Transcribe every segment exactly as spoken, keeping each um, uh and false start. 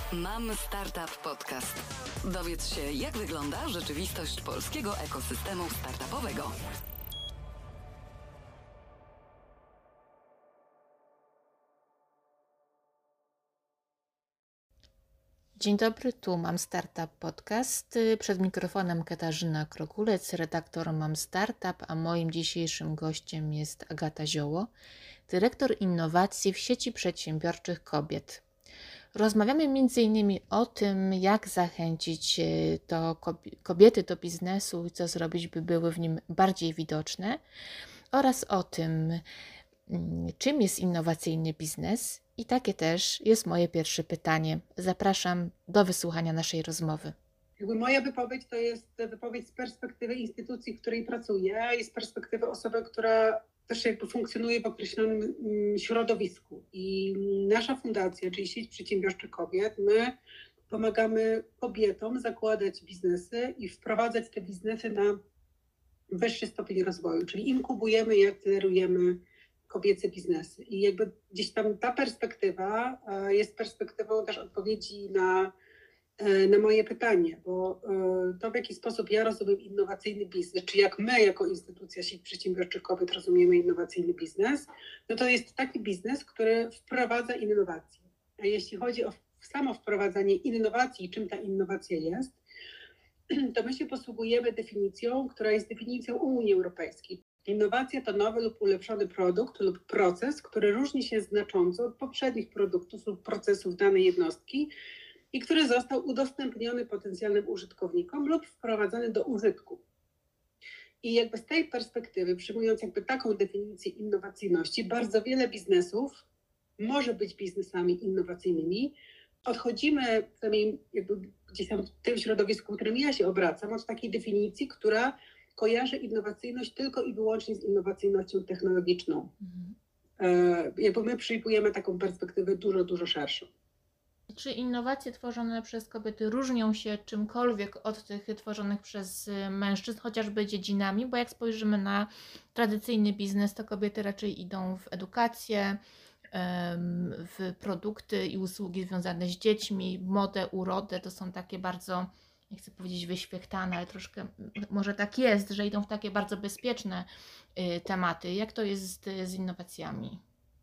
Mam Startup Podcast. Dowiedz się, jak wygląda rzeczywistość polskiego ekosystemu startupowego. Dzień dobry, tu Mam Startup Podcast. Przed mikrofonem Katarzyna Krokulec, redaktor Mam Startup, a moim dzisiejszym gościem jest Agata Zioło, dyrektor innowacji w sieci przedsiębiorczych kobiet. Rozmawiamy między innymi o tym, jak zachęcić to kobiety do biznesu i co zrobić, by były w nim bardziej widoczne, oraz o tym, czym jest innowacyjny biznes. I takie też jest moje pierwsze pytanie. Zapraszam do wysłuchania naszej rozmowy. Jakby moja wypowiedź to jest wypowiedź z perspektywy instytucji, w której pracuję i z perspektywy osoby, która też jakby funkcjonuje w określonym środowisku. I nasza fundacja, czyli Sieć Przedsiębiorczych Kobiet, my pomagamy kobietom zakładać biznesy i wprowadzać te biznesy na wyższy stopień rozwoju, czyli inkubujemy i akcelerujemy kobiece biznesy. I jakby gdzieś tam ta perspektywa jest perspektywą też odpowiedzi na, na moje pytanie, bo to, w jaki sposób ja rozumiem innowacyjny biznes, czy jak my jako instytucja Sieć Przedsiębiorczych Kobiet rozumiemy innowacyjny biznes, no to jest taki biznes, który wprowadza innowacje. A jeśli chodzi o samo wprowadzanie innowacji, czym ta innowacja jest, to my się posługujemy definicją, która jest definicją Unii Europejskiej. Innowacja to nowy lub ulepszony produkt lub proces, który różni się znacząco od poprzednich produktów lub procesów danej jednostki i który został udostępniony potencjalnym użytkownikom lub wprowadzony do użytku. I jakby z tej perspektywy, przyjmując jakby taką definicję innowacyjności, bardzo wiele biznesów może być biznesami innowacyjnymi. Odchodzimy, przynajmniej jakby gdzieś tam w tym środowisku, w którym ja się obracam, od takiej definicji, która kojarzy innowacyjność tylko i wyłącznie z innowacyjnością technologiczną. Mhm. Jakby my przyjmujemy taką perspektywę dużo, dużo szerszą. Czy innowacje tworzone przez kobiety różnią się czymkolwiek od tych tworzonych przez mężczyzn, chociażby dziedzinami? Bo jak spojrzymy na tradycyjny biznes, to kobiety raczej idą w edukację, w produkty i usługi związane z dziećmi, modę, urodę. To są takie bardzo, nie chcę powiedzieć wyświechtane, ale troszkę może tak jest, że idą w takie bardzo bezpieczne tematy. Jak to jest z, z innowacjami?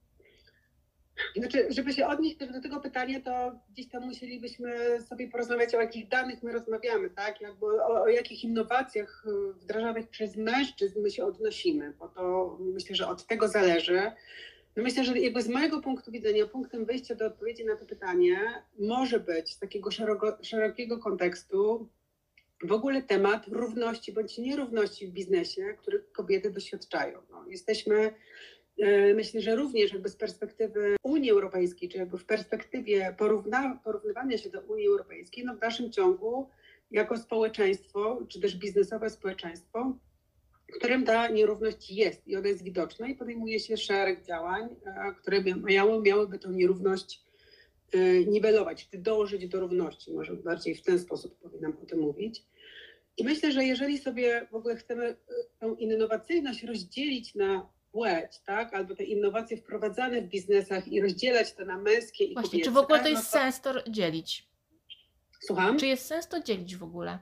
Znaczy, żeby się odnieść też do tego pytania, to gdzieś tam musielibyśmy sobie porozmawiać, o jakich danych my rozmawiamy, tak? Jakby o, o jakich innowacjach wdrażanych przez mężczyzn my się odnosimy, bo to myślę, że od tego zależy. No myślę, że jakby z mojego punktu widzenia, punktem wyjścia do odpowiedzi na to pytanie może być z takiego szeroko, szerokiego kontekstu w ogóle temat równości bądź nierówności w biznesie, których kobiety doświadczają. No, jesteśmy, myślę, że również jakby z perspektywy Unii Europejskiej, czy jakby w perspektywie porówna, porównywania się do Unii Europejskiej, no w dalszym ciągu jako społeczeństwo, czy też biznesowe społeczeństwo, w którym ta nierówność jest i ona jest widoczna i podejmuje się szereg działań, które miały, miałyby tę nierówność niwelować, czy dążyć do równości, może bardziej w ten sposób powinnam o tym mówić. I myślę, że jeżeli sobie w ogóle chcemy tę innowacyjność rozdzielić na płeć, tak, albo te innowacje wprowadzane w biznesach i rozdzielać to na męskie i Właśnie, kobiece. Czy w ogóle to no jest to... sens to dzielić? Słucham? Czy jest sens to dzielić w ogóle?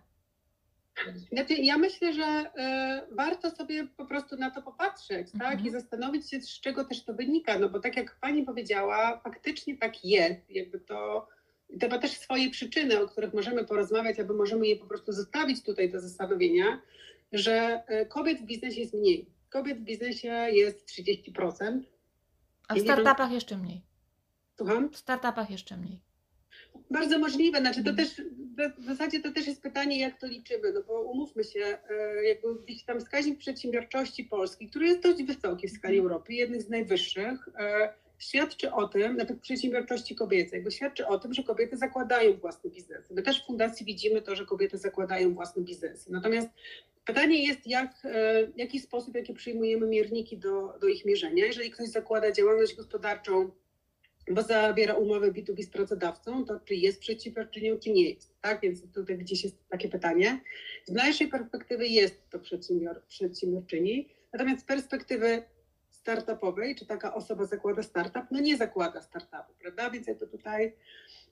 Znaczy, ja myślę, że y, warto sobie po prostu na to popatrzeć, tak? Mhm. I zastanowić się, z czego też to wynika, no bo tak jak pani powiedziała, faktycznie tak jest, jakby to, to ma też swoje przyczyny, o których możemy porozmawiać, albo możemy je po prostu zostawić tutaj do zastanowienia, że y, kobiet w biznesie jest mniej. Kobiet w biznesie jest trzydzieści procent. A w startupach wiem... jeszcze mniej. Słucham? W startupach jeszcze mniej. Bardzo możliwe, znaczy to też, w zasadzie to też jest pytanie, jak to liczymy, no bo umówmy się, jakby gdzieś tam wskaźnik przedsiębiorczości Polski, który jest dość wysoki w skali Europy, jednych z najwyższych, świadczy o tym, nawet przedsiębiorczości kobiecej, jakby świadczy o tym, że kobiety zakładają własne biznesy. My też w fundacji widzimy to, że kobiety zakładają własne biznesy. Natomiast pytanie jest, jak, w jaki sposób, jakie przyjmujemy mierniki do, do ich mierzenia. Jeżeli ktoś zakłada działalność gospodarczą, bo zawiera umowę B dwa B z pracodawcą, to czy jest przedsiębiorczynią, czy nie jest, tak? Więc tutaj gdzieś jest takie pytanie. Z naszej perspektywy jest to przedsiębior, przedsiębiorczyni, natomiast z perspektywy startupowej, czy taka osoba zakłada startup, no nie zakłada startupu, prawda? Więc jakby tutaj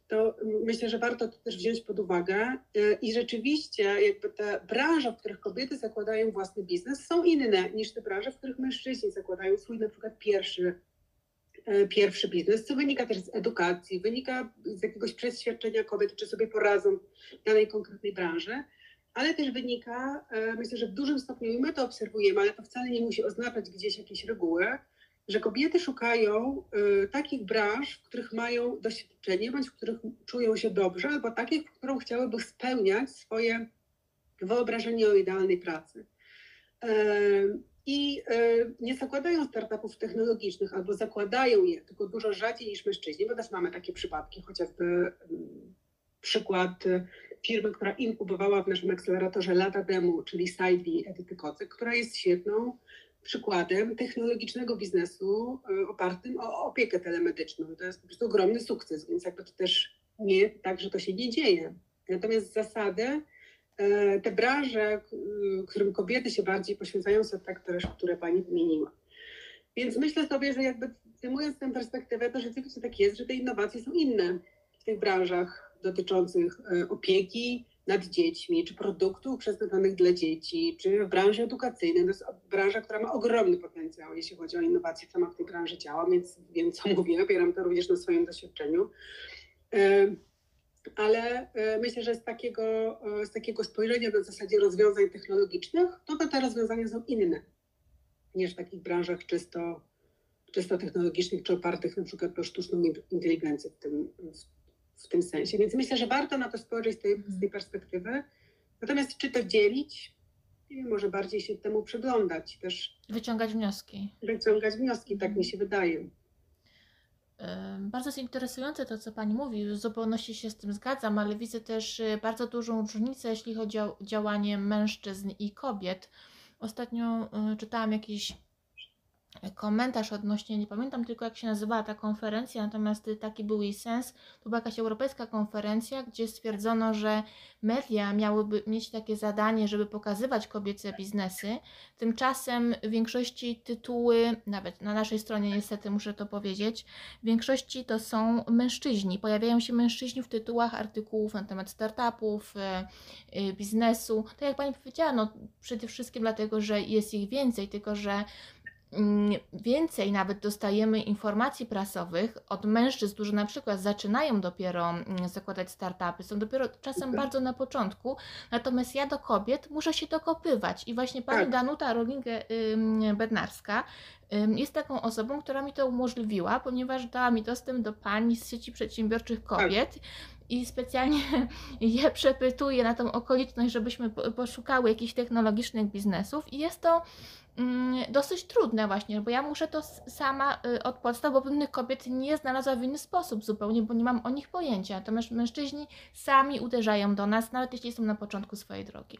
to myślę, że warto to też wziąć pod uwagę i rzeczywiście jakby te branże, w których kobiety zakładają własny biznes, są inne niż te branże, w których mężczyźni zakładają swój na przykład pierwszy, pierwszy biznes, co wynika też z edukacji, wynika z jakiegoś przeświadczenia kobiet, czy sobie poradzą w danej konkretnej branży, ale też wynika, myślę, że w dużym stopniu i my to obserwujemy, ale to wcale nie musi oznaczać gdzieś jakieś reguły, że kobiety szukają y, takich branż, w których mają doświadczenie, bądź w których czują się dobrze, albo takich, w którą chciałyby spełniać swoje wyobrażenie o idealnej pracy. Y, I y, nie zakładają startupów technologicznych, albo zakładają je, tylko dużo rzadziej niż mężczyźni, bo też mamy takie przypadki, chociażby y, przykład firmy, która inkubowała w naszym akceleratorze lata temu, czyli Sidely Edyty Kocyk, która jest świetną przykładem technologicznego biznesu opartym o opiekę telemedyczną. To jest po prostu ogromny sukces, więc jakby to też nie tak, że to się nie dzieje. Natomiast z zasady te branże, którym kobiety się bardziej poświęcają, są te, które, które Pani wymieniła. Więc myślę sobie, że jakby zdejmując tę perspektywę, to rzeczywiście tak jest, że te innowacje są inne w tych branżach dotyczących opieki nad dziećmi, czy produktów przeznaczonych dla dzieci, czy w branży edukacyjnej. To jest branża, która ma ogromny potencjał, jeśli chodzi o innowacje. Sama w tej branży działam, więc wiem, co mówię, opieram to również na swoim doświadczeniu. Ale myślę, że z takiego, z takiego spojrzenia na zasadzie rozwiązań technologicznych, to te rozwiązania są inne niż w takich branżach czysto, czysto technologicznych, czy opartych na przykład o sztuczną inteligencję w tym, w tym sensie. Więc myślę, że warto na to spojrzeć z tej, z tej perspektywy. Natomiast czy to dzielić? Nie wiem, może bardziej się temu przyglądać. Też wyciągać wnioski. Wyciągać wnioski, tak mi się wydaje. Bardzo jest interesujące to, co Pani mówi, w zupełności się z tym zgadzam, ale widzę też bardzo dużą różnicę, jeśli chodzi o działanie mężczyzn i kobiet. Ostatnio czytałam jakiś komentarz odnośnie, nie pamiętam tylko jak się nazywała ta konferencja, natomiast taki był jej sens. To była jakaś europejska konferencja, gdzie stwierdzono, że media miałyby mieć takie zadanie, żeby pokazywać kobiece biznesy. Tymczasem w większości tytuły, nawet na naszej stronie niestety muszę to powiedzieć, w większości to są mężczyźni. Pojawiają się mężczyźni w tytułach artykułów na temat startupów, biznesu. Tak jak Pani powiedziała, no przede wszystkim dlatego, że jest ich więcej, tylko że więcej nawet dostajemy informacji prasowych od mężczyzn, którzy na przykład zaczynają dopiero zakładać startupy, są dopiero czasem bardzo na początku, natomiast ja do kobiet muszę się dokopywać i właśnie Pani Tak. Danuta Rolingę-Bednarska jest taką osobą, która mi to umożliwiła, ponieważ dała mi dostęp do Pani z sieci przedsiębiorczych kobiet. Tak. I specjalnie je przepytuję na tą okoliczność, żebyśmy poszukały jakichś technologicznych biznesów i jest to dosyć trudne właśnie, bo ja muszę to sama od podstaw, bo pewnych kobiet nie znalazła w inny sposób zupełnie, bo nie mam o nich pojęcia. Natomiast mężczyźni sami uderzają do nas, nawet jeśli są na początku swojej drogi.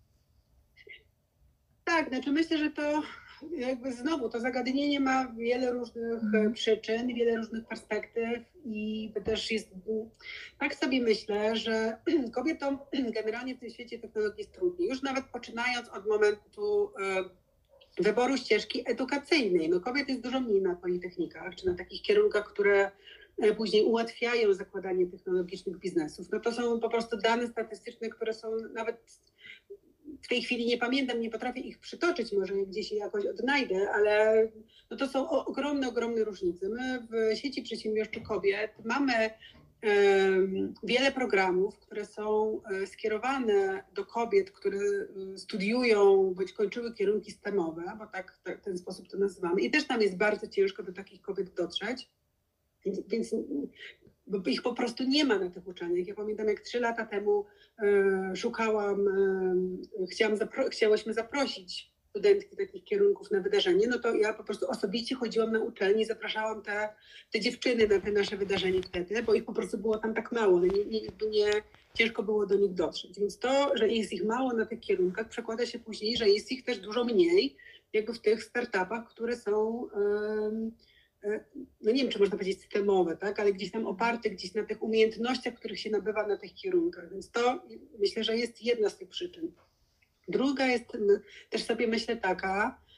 Tak, znaczy myślę, że to jakby znowu to zagadnienie ma wiele różnych hmm. przyczyn, wiele różnych perspektyw i też jest, tak sobie myślę, że kobietom generalnie w tym świecie technologii jest trudniej, już nawet poczynając od momentu wyboru ścieżki edukacyjnej. No kobiet jest dużo mniej na politechnikach, czy na takich kierunkach, które później ułatwiają zakładanie technologicznych biznesów. No to są po prostu dane statystyczne, które są nawet w tej chwili nie pamiętam, nie potrafię ich przytoczyć, może gdzieś je jakoś odnajdę, ale no to są ogromne, ogromne różnice. My w sieci przedsiębiorczych kobiet mamy wiele programów, które są skierowane do kobiet, które studiują bądź kończyły kierunki stemowe, bo tak, tak w ten sposób to nazywamy. I też tam jest bardzo ciężko do takich kobiet dotrzeć, więc, więc bo ich po prostu nie ma na tych uczelniach. Ja pamiętam, jak trzy lata temu e, szukałam, e, chciałam zapro- chciałyśmy zaprosić studentki takich kierunków na wydarzenie, no to ja po prostu osobiście chodziłam na uczelni i zapraszałam te, te dziewczyny na te nasze wydarzenie wtedy, bo ich po prostu było tam tak mało, nie, nie, nie, ciężko było do nich dotrzeć. Więc to, że jest ich mało na tych kierunkach, przekłada się później, że jest ich też dużo mniej jakby w tych startupach, które są, e, no nie wiem, czy można powiedzieć systemowe, tak, ale gdzieś tam oparte gdzieś na tych umiejętnościach, których się nabywa na tych kierunkach. Więc to myślę, że jest jedna z tych przyczyn. Druga jest też sobie myślę taka,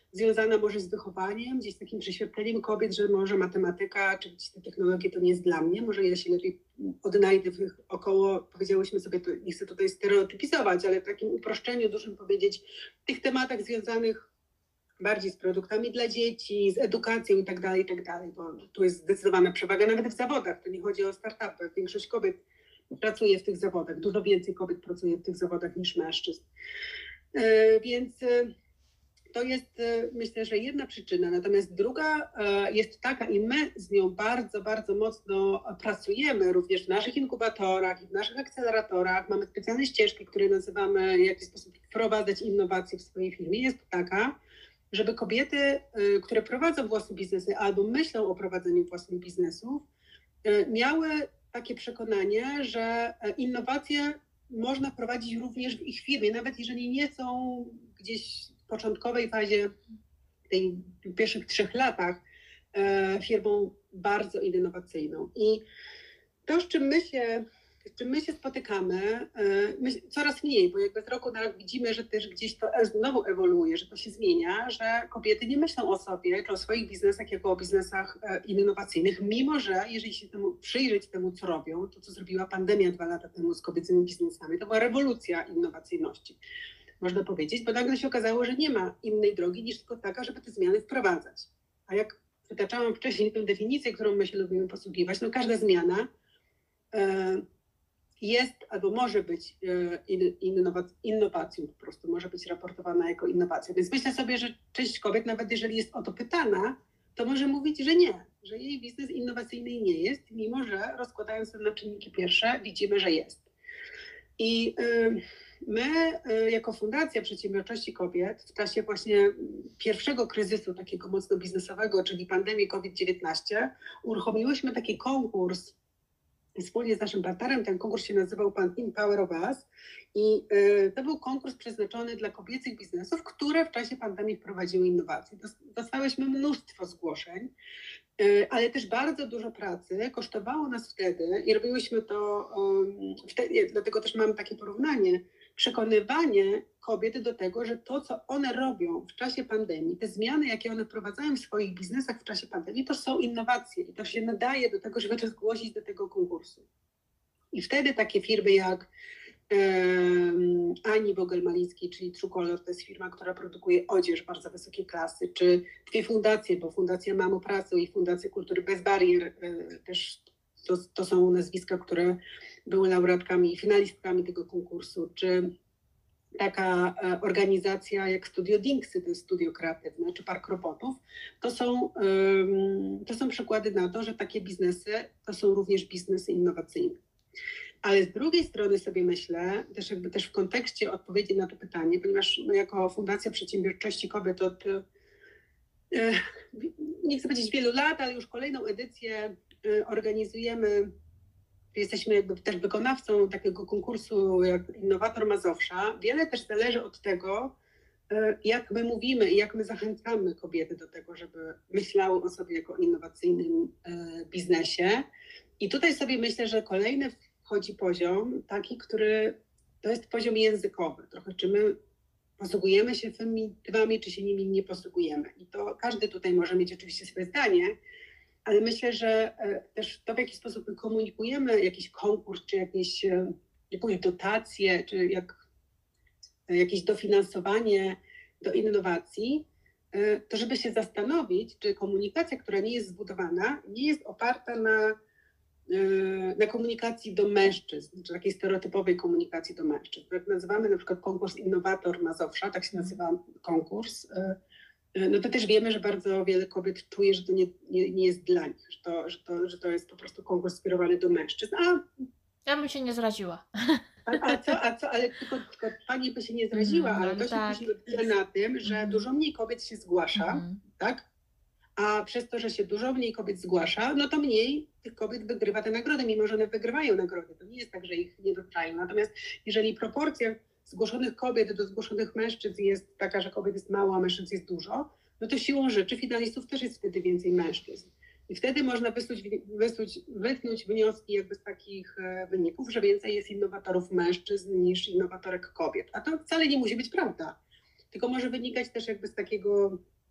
związana może z wychowaniem, gdzieś z takim prześwietleniem kobiet, że może matematyka czy gdzieś te technologie to nie jest dla mnie, może ja się lepiej odnajdę w około, powiedziałyśmy sobie, to nie chcę tutaj stereotypizować, ale w takim uproszczeniu dużym powiedzieć, tych tematach związanych bardziej z produktami dla dzieci, z edukacją i tak dalej, i tak dalej, bo tu jest zdecydowana przewaga nawet w zawodach, to nie chodzi o startupy, większość kobiet pracuje w tych zawodach, dużo więcej kobiet pracuje w tych zawodach niż mężczyzn. Więc to jest, myślę, że jedna przyczyna, natomiast druga jest taka i my z nią bardzo, bardzo mocno pracujemy również w naszych inkubatorach i w naszych akceleratorach. Mamy specjalne ścieżki, które nazywamy w jakiś sposób wprowadzać innowacje w swojej firmie. Jest taka, żeby kobiety, które prowadzą własne biznesy albo myślą o prowadzeniu własnych biznesów, miały takie przekonanie, że innowacje można prowadzić również w ich firmie, nawet jeżeli nie są gdzieś w początkowej fazie, w tej w pierwszych trzech latach firmą bardzo innowacyjną. I to, z czym my się, z czym my się spotykamy, my coraz mniej, bo jakby z roku na rok widzimy, że też gdzieś to znowu ewoluuje, że to się zmienia, że kobiety nie myślą o sobie czy o swoich biznesach jako o biznesach innowacyjnych, mimo że jeżeli się temu przyjrzeć temu, co robią, to co zrobiła pandemia dwa lata temu z kobiecymi biznesami, to była rewolucja innowacyjności, można powiedzieć, bo nagle się okazało, że nie ma innej drogi niż tylko taka, żeby te zmiany wprowadzać. A jak przytaczałam wcześniej tę definicję, którą my się lubimy posługiwać, no każda zmiana jest albo może być innowacją, po prostu może być raportowana jako innowacja. Więc myślę sobie, że część kobiet, nawet jeżeli jest o to pytana, to może mówić, że nie, że jej biznes innowacyjny nie jest, mimo że rozkładając to na czynniki pierwsze widzimy, że jest. I my jako Fundacja Przedsiębiorczości Kobiet w czasie właśnie pierwszego kryzysu takiego mocno biznesowego, czyli pandemii COVID dziewiętnaście, uruchomiłyśmy taki konkurs wspólnie z naszym partnerem. Ten konkurs się nazywał Empower of Us i to był konkurs przeznaczony dla kobiecych biznesów, które w czasie pandemii wprowadziły innowacje. Dostałyśmy mnóstwo zgłoszeń, ale też bardzo dużo pracy kosztowało nas wtedy i robiłyśmy to wtedy, dlatego też mamy takie porównanie, przekonywanie kobiet do tego, że to, co one robią w czasie pandemii, te zmiany, jakie one wprowadzają w swoich biznesach w czasie pandemii, to są innowacje i to się nadaje do tego, żeby to zgłosić do tego konkursu. I wtedy takie firmy jak um, Ani Bogel-Malicki, czyli Truecolor, to jest firma, która produkuje odzież bardzo wysokiej klasy, czy dwie fundacje, bo Fundacja Mamo Pracy i Fundacja Kultury Bez Barier, y, też to, to są nazwiska, które były laureatkami i finalistkami tego konkursu, czy taka organizacja jak Studio Dinksy, to jest studio kreatywne, czy Park Robotów, to są, to są przykłady na to, że takie biznesy to są również biznesy innowacyjne. Ale z drugiej strony sobie myślę, też jakby też w kontekście odpowiedzi na to pytanie, ponieważ my jako Fundacja Przedsiębiorczości Kobiet od, nie chcę powiedzieć wielu lat, ale już kolejną edycję organizujemy. Jesteśmy jakby też wykonawcą takiego konkursu jak Innowator Mazowsza. Wiele też zależy od tego, jak my mówimy i jak my zachęcamy kobiety do tego, żeby myślały o sobie jako innowacyjnym biznesie. I tutaj sobie myślę, że kolejny wchodzi poziom taki, który to jest poziom językowy. Trochę czy my posługujemy się feminitywami, czy się nimi nie posługujemy. I to każdy tutaj może mieć oczywiście swoje zdanie, ale myślę, że też to, w jaki sposób my komunikujemy jakiś konkurs, czy jakieś, jakąś dotację, czy jak, jakieś dofinansowanie do innowacji, to żeby się zastanowić, czy komunikacja, która nie jest zbudowana, nie jest oparta na, na komunikacji do mężczyzn, czy takiej stereotypowej komunikacji do mężczyzn. Jak nazywamy na przykład konkurs Innowator Mazowsza, tak się nazywa konkurs, no to też wiemy, że bardzo wiele kobiet czuje, że to nie, nie, nie jest dla nich, że to, że, to, że to jest po prostu konkurs skierowany do mężczyzn. A, ja bym się nie zraziła. A, a co, a co, ale tylko, tylko pani by się nie zraziła, Mm, ale to tak. się odbija na tym, że Mm. dużo mniej kobiet się zgłasza, Mm. tak? A przez to, że się dużo mniej kobiet zgłasza, no to mniej tych kobiet wygrywa te nagrody, mimo że one wygrywają nagrody. To nie jest tak, że ich nie dostają. Natomiast jeżeli proporcja zgłoszonych kobiet do zgłoszonych mężczyzn jest taka, że kobiet jest mało, a mężczyzn jest dużo, no to siłą rzeczy finalistów też jest wtedy więcej mężczyzn. I wtedy można wysnuć, wysnuć, wysnuć wnioski jakby z takich wyników, że więcej jest innowatorów mężczyzn niż innowatorek kobiet. A to wcale nie musi być prawda. Tylko może wynikać też jakby z takiego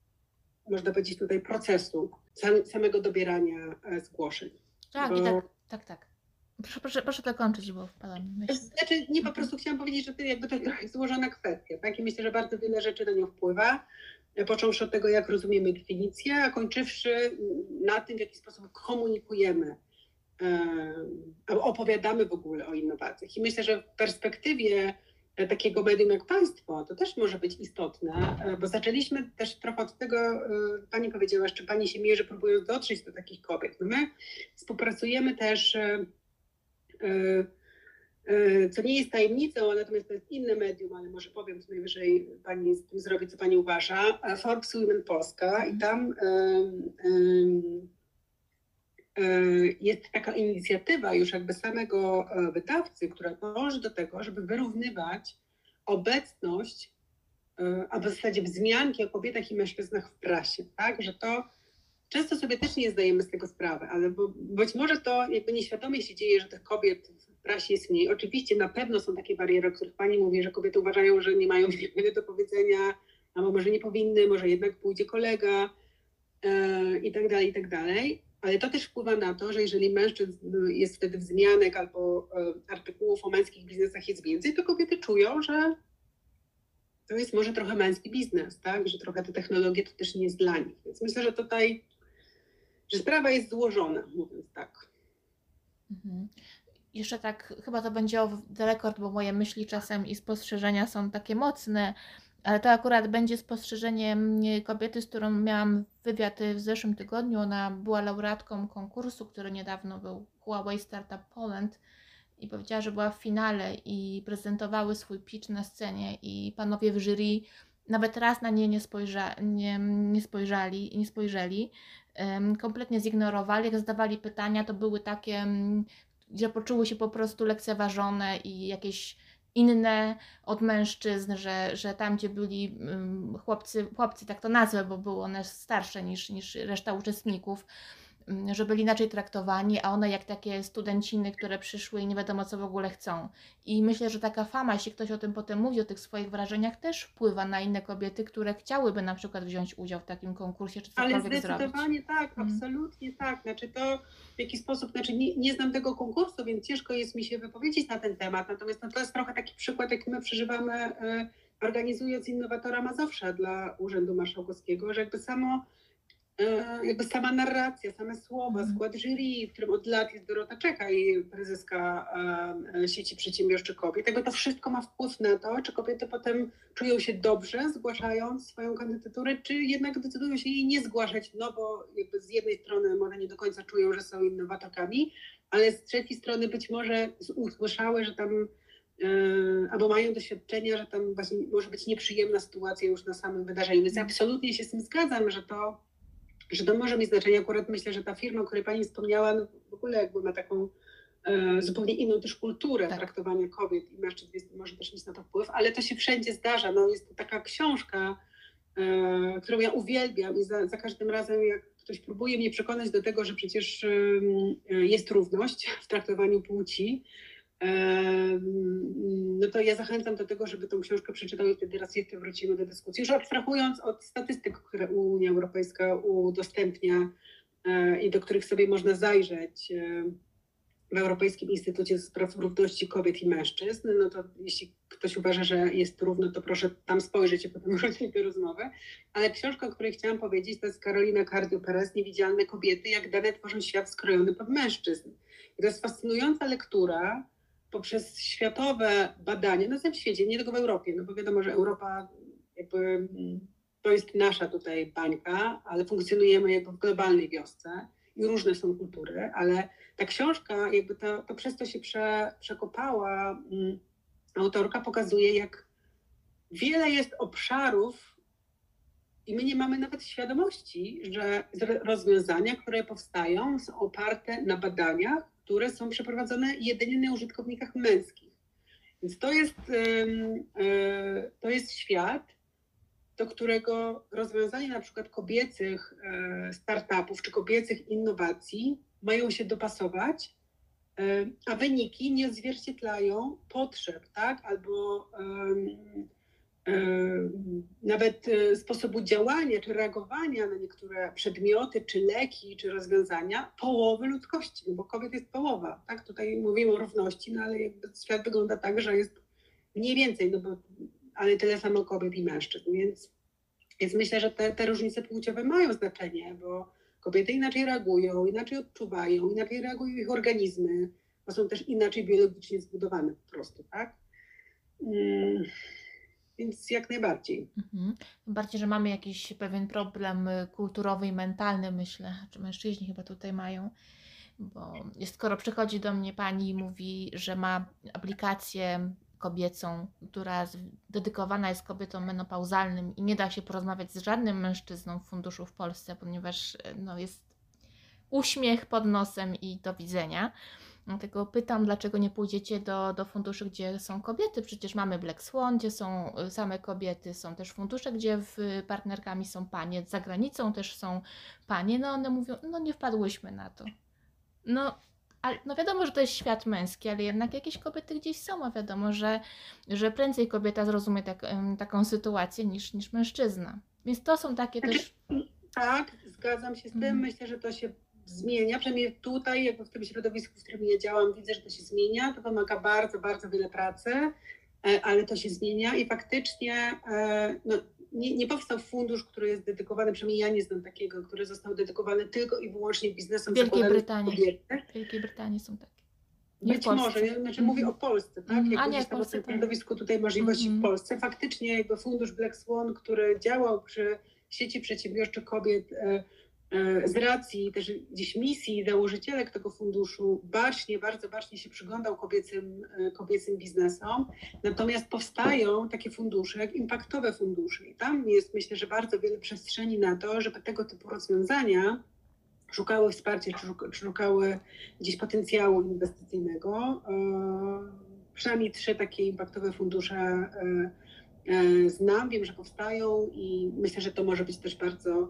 można powiedzieć tutaj, procesu sam, samego dobierania zgłoszeń. Tak, bo... i tak, tak, tak. Proszę, proszę, proszę dokończyć, bo wpadam w myśl. Znaczy, nie, po prostu chciałam powiedzieć, że to jakby to jest złożona kwestia, tak? I myślę, że bardzo wiele rzeczy na nią wpływa, począwszy od tego, jak rozumiemy definicję, a kończywszy na tym, w jaki sposób komunikujemy, albo opowiadamy w ogóle o innowacjach. I myślę, że w perspektywie takiego medium jak państwo, to też może być istotne, bo zaczęliśmy też trochę od tego, pani powiedziała, czy pani się mierzy, próbując dotrzeć do takich kobiet. No my współpracujemy też, co nie jest tajemnicą, natomiast to jest inne medium, ale może powiem, co najwyżej pani z tym zrobi, co pani uważa, Forbes Women Polska i tam jest taka inicjatywa już jakby samego wydawcy, która dąży do tego, żeby wyrównywać obecność, a w zasadzie wzmianki o kobietach i mężczyznach w prasie, tak, że to często sobie też nie zdajemy z tego sprawy, ale bo, być może to jakby nieświadomie się dzieje, że tych kobiet w prasie jest mniej. Oczywiście na pewno są takie bariery, o których pani mówi, że kobiety uważają, że nie mają wiele do powiedzenia, albo może nie powinny, może jednak pójdzie kolega yy, i tak dalej, i tak dalej. Ale to też wpływa na to, że jeżeli mężczyzn jest wtedy wzmianek albo yy, artykułów o męskich biznesach jest więcej, to kobiety czują, że to jest może trochę męski biznes, tak? Że trochę te technologie to też nie jest dla nich. Więc myślę, że tutaj, że sprawa jest złożona, mówiąc tak. Mhm. Jeszcze tak, chyba to będzie off the record, bo moje myśli czasem i spostrzeżenia są takie mocne, ale to akurat będzie spostrzeżeniem kobiety, z którą miałam wywiad w zeszłym tygodniu. Ona była laureatką konkursu, który niedawno był, Huawei Startup Poland, i powiedziała, że była w finale i prezentowały swój pitch na scenie i panowie w jury nawet raz na nie nie, spojrza, nie, nie spojrzeli, nie spojrzeli, um, kompletnie zignorowali. Jak zadawali pytania, to były takie, um, że poczuły się po prostu lekceważone i jakieś inne od mężczyzn, że, że tam, gdzie byli um, chłopcy, chłopcy, tak to nazwę, bo były one starsze niż, niż reszta uczestników, że byli inaczej traktowani, a one jak takie studenciny, które przyszły i nie wiadomo co w ogóle chcą. I myślę, że taka fama, jeśli ktoś o tym potem mówi, o tych swoich wrażeniach, też wpływa na inne kobiety, które chciałyby na przykład wziąć udział w takim konkursie, czy cokolwiek zrobić. Ale zdecydowanie zrobić. tak, hmm. absolutnie tak. Znaczy to w jaki sposób, znaczy nie, nie znam tego konkursu, więc ciężko jest mi się wypowiedzieć na ten temat, natomiast no, to jest trochę taki przykład, jaki my przeżywamy y, organizując Innowatora Mazowsza dla Urzędu Marszałkowskiego, że jakby samo jakby sama narracja, same słowa, skład jury, w którym od lat jest Dorota Czeka i prezeska sieci przedsiębiorczych kobiet, jakby to wszystko ma wpływ na to, czy kobiety potem czują się dobrze zgłaszając swoją kandydaturę, czy jednak decydują się jej nie zgłaszać, no bo jakby z jednej strony może nie do końca czują, że są innowatorkami, ale z trzeciej strony być może usłyszały, że tam albo mają doświadczenia, że tam właśnie może być nieprzyjemna sytuacja już na samym wydarzeniu. Więc absolutnie się z tym zgadzam, że to że to może mieć znaczenie. Akurat myślę, że ta firma, o której pani wspomniała, no w ogóle jakby ma taką e, zupełnie inną też kulturę tak. traktowania kobiet i mężczyzn, więc może też mieć na to wpływ, ale to się wszędzie zdarza. No, jest to taka książka, e, którą ja uwielbiam i za, za każdym razem, jak ktoś próbuje mnie przekonać do tego, że przecież e, jest równość w traktowaniu płci, no to ja zachęcam do tego, żeby tą książkę przeczytał i wtedy raz jeszcze wrócimy do dyskusji. Już abstrahując od statystyk, które Unia Europejska udostępnia i do których sobie można zajrzeć w Europejskim Instytucie Spraw Równości Kobiet i Mężczyzn, no to jeśli ktoś uważa, że jest równo, to proszę tam spojrzeć i potem wrócić do rozmowy. Ale książka, o której chciałam powiedzieć, to jest Karolina Cardio-Perez, Niewidzialne kobiety, jak dane tworzą świat skrojony pod mężczyzn. I to jest fascynująca lektura, poprzez światowe badania na całym świecie, nie tylko w Europie, no bo wiadomo, że Europa jakby to jest nasza tutaj bańka, ale funkcjonujemy jakby w globalnej wiosce i różne są kultury, ale ta książka jakby to, to przez to się prze, przekopała, um, autorka pokazuje, jak wiele jest obszarów i my nie mamy nawet świadomości, że rozwiązania, które powstają, są oparte na badaniach, które są przeprowadzone jedynie na użytkownikach męskich. Więc to jest, to jest świat, do którego rozwiązania na przykład kobiecych startupów czy kobiecych innowacji mają się dopasować, a wyniki nie odzwierciedlają potrzeb, tak? Albo nawet sposobu działania czy reagowania na niektóre przedmioty, czy leki, czy rozwiązania połowy ludzkości, no bo kobiet jest połowa, tak? Tutaj mówimy o równości, no ale jakby świat wygląda tak, że jest mniej więcej, no bo, ale tyle samo kobiet i mężczyzn, więc, więc myślę, że te, te różnice płciowe mają znaczenie, bo kobiety inaczej reagują, inaczej odczuwają, inaczej reagują ich organizmy, bo są też inaczej biologicznie zbudowane po prostu, tak? Hmm. Więc jak najbardziej. Mhm. Tym bardziej, że mamy jakiś pewien problem kulturowy i mentalny, myślę, czy mężczyźni chyba tutaj mają, bo skoro przychodzi do mnie pani i mówi, że ma aplikację kobiecą, która dedykowana jest kobietom menopauzalnym i nie da się porozmawiać z żadnym mężczyzną w funduszu w Polsce, ponieważ no, jest uśmiech pod nosem i do widzenia. Dlatego pytam, dlaczego nie pójdziecie do, do funduszy, gdzie są kobiety? Przecież mamy Black Swan, gdzie są same kobiety, są też fundusze, gdzie w, partnerkami są panie, za granicą też są panie. No one mówią, no nie wpadłyśmy na to. No, ale, no wiadomo, że to jest świat męski, ale jednak jakieś kobiety gdzieś są, a wiadomo, że, że prędzej kobieta zrozumie tak, taką sytuację niż, niż mężczyzna. Więc to są takie znaczy, też... Tak, zgadzam się z tym. Mm. Myślę, że to się zmienia, przynajmniej tutaj, jakby w tym środowisku, w którym ja działam, widzę, że to się zmienia. To wymaga bardzo, bardzo wiele pracy, ale to się zmienia i faktycznie no, nie, nie powstał fundusz, który jest dedykowany, przynajmniej ja nie znam takiego, który został dedykowany tylko i wyłącznie biznesom w Wielkiej zakładanym kobiety. W Wielkiej Brytanii są takie. Nie Być może, ja, znaczy mm. mówię o Polsce, tak? Mm, Jak a nie, gdzieś tam w Polsce, w tym środowisku tutaj możliwości mm. w Polsce. Faktycznie jakby fundusz Black Swan, który działał przy sieci przedsiębiorczych kobiet, z racji też gdzieś misji założycielek tego funduszu bacznie, bardzo bacznie się przyglądał kobiecym, kobiecym biznesom. Natomiast powstają takie fundusze, jak impaktowe fundusze. I tam jest, myślę, że bardzo wiele przestrzeni na to, żeby tego typu rozwiązania szukały wsparcia, czy szukały gdzieś potencjału inwestycyjnego. Przynajmniej trzy takie impaktowe fundusze znam, wiem, że powstają i myślę, że to może być też bardzo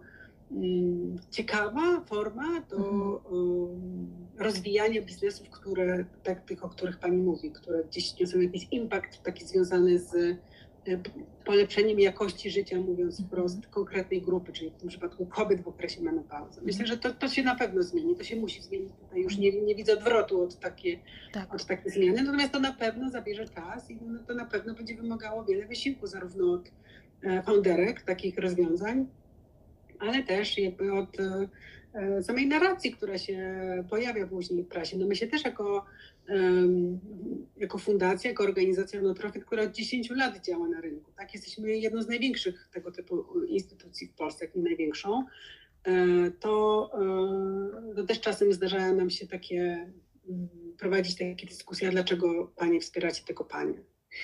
ciekawa forma do mhm. rozwijania biznesów, które, tak, tych, o których pani mówi, które gdzieś niosą jakiś impact taki związany z polepszeniem jakości życia, mówiąc wprost, mhm. konkretnej grupy, czyli w tym przypadku kobiet w okresie menopauzy. Myślę, że to, to się na pewno zmieni, to się musi zmienić. Tutaj już nie, nie widzę odwrotu od takiej, tak. od takiej zmiany, natomiast to na pewno zabierze czas i to na pewno będzie wymagało wiele wysiłku, zarówno od founderek takich rozwiązań, ale też jakby od e, samej narracji, która się pojawia później w prasie. No my się też jako, um, jako fundacja, jako organizacja non-profit, która od dziesięciu lat działa na rynku, tak? Jesteśmy jedną z największych tego typu instytucji w Polsce, jak nie największą, e, to, e, to też czasem zdarzają nam się takie, um, prowadzić takie dyskusje, a dlaczego panie wspieracie tego panie.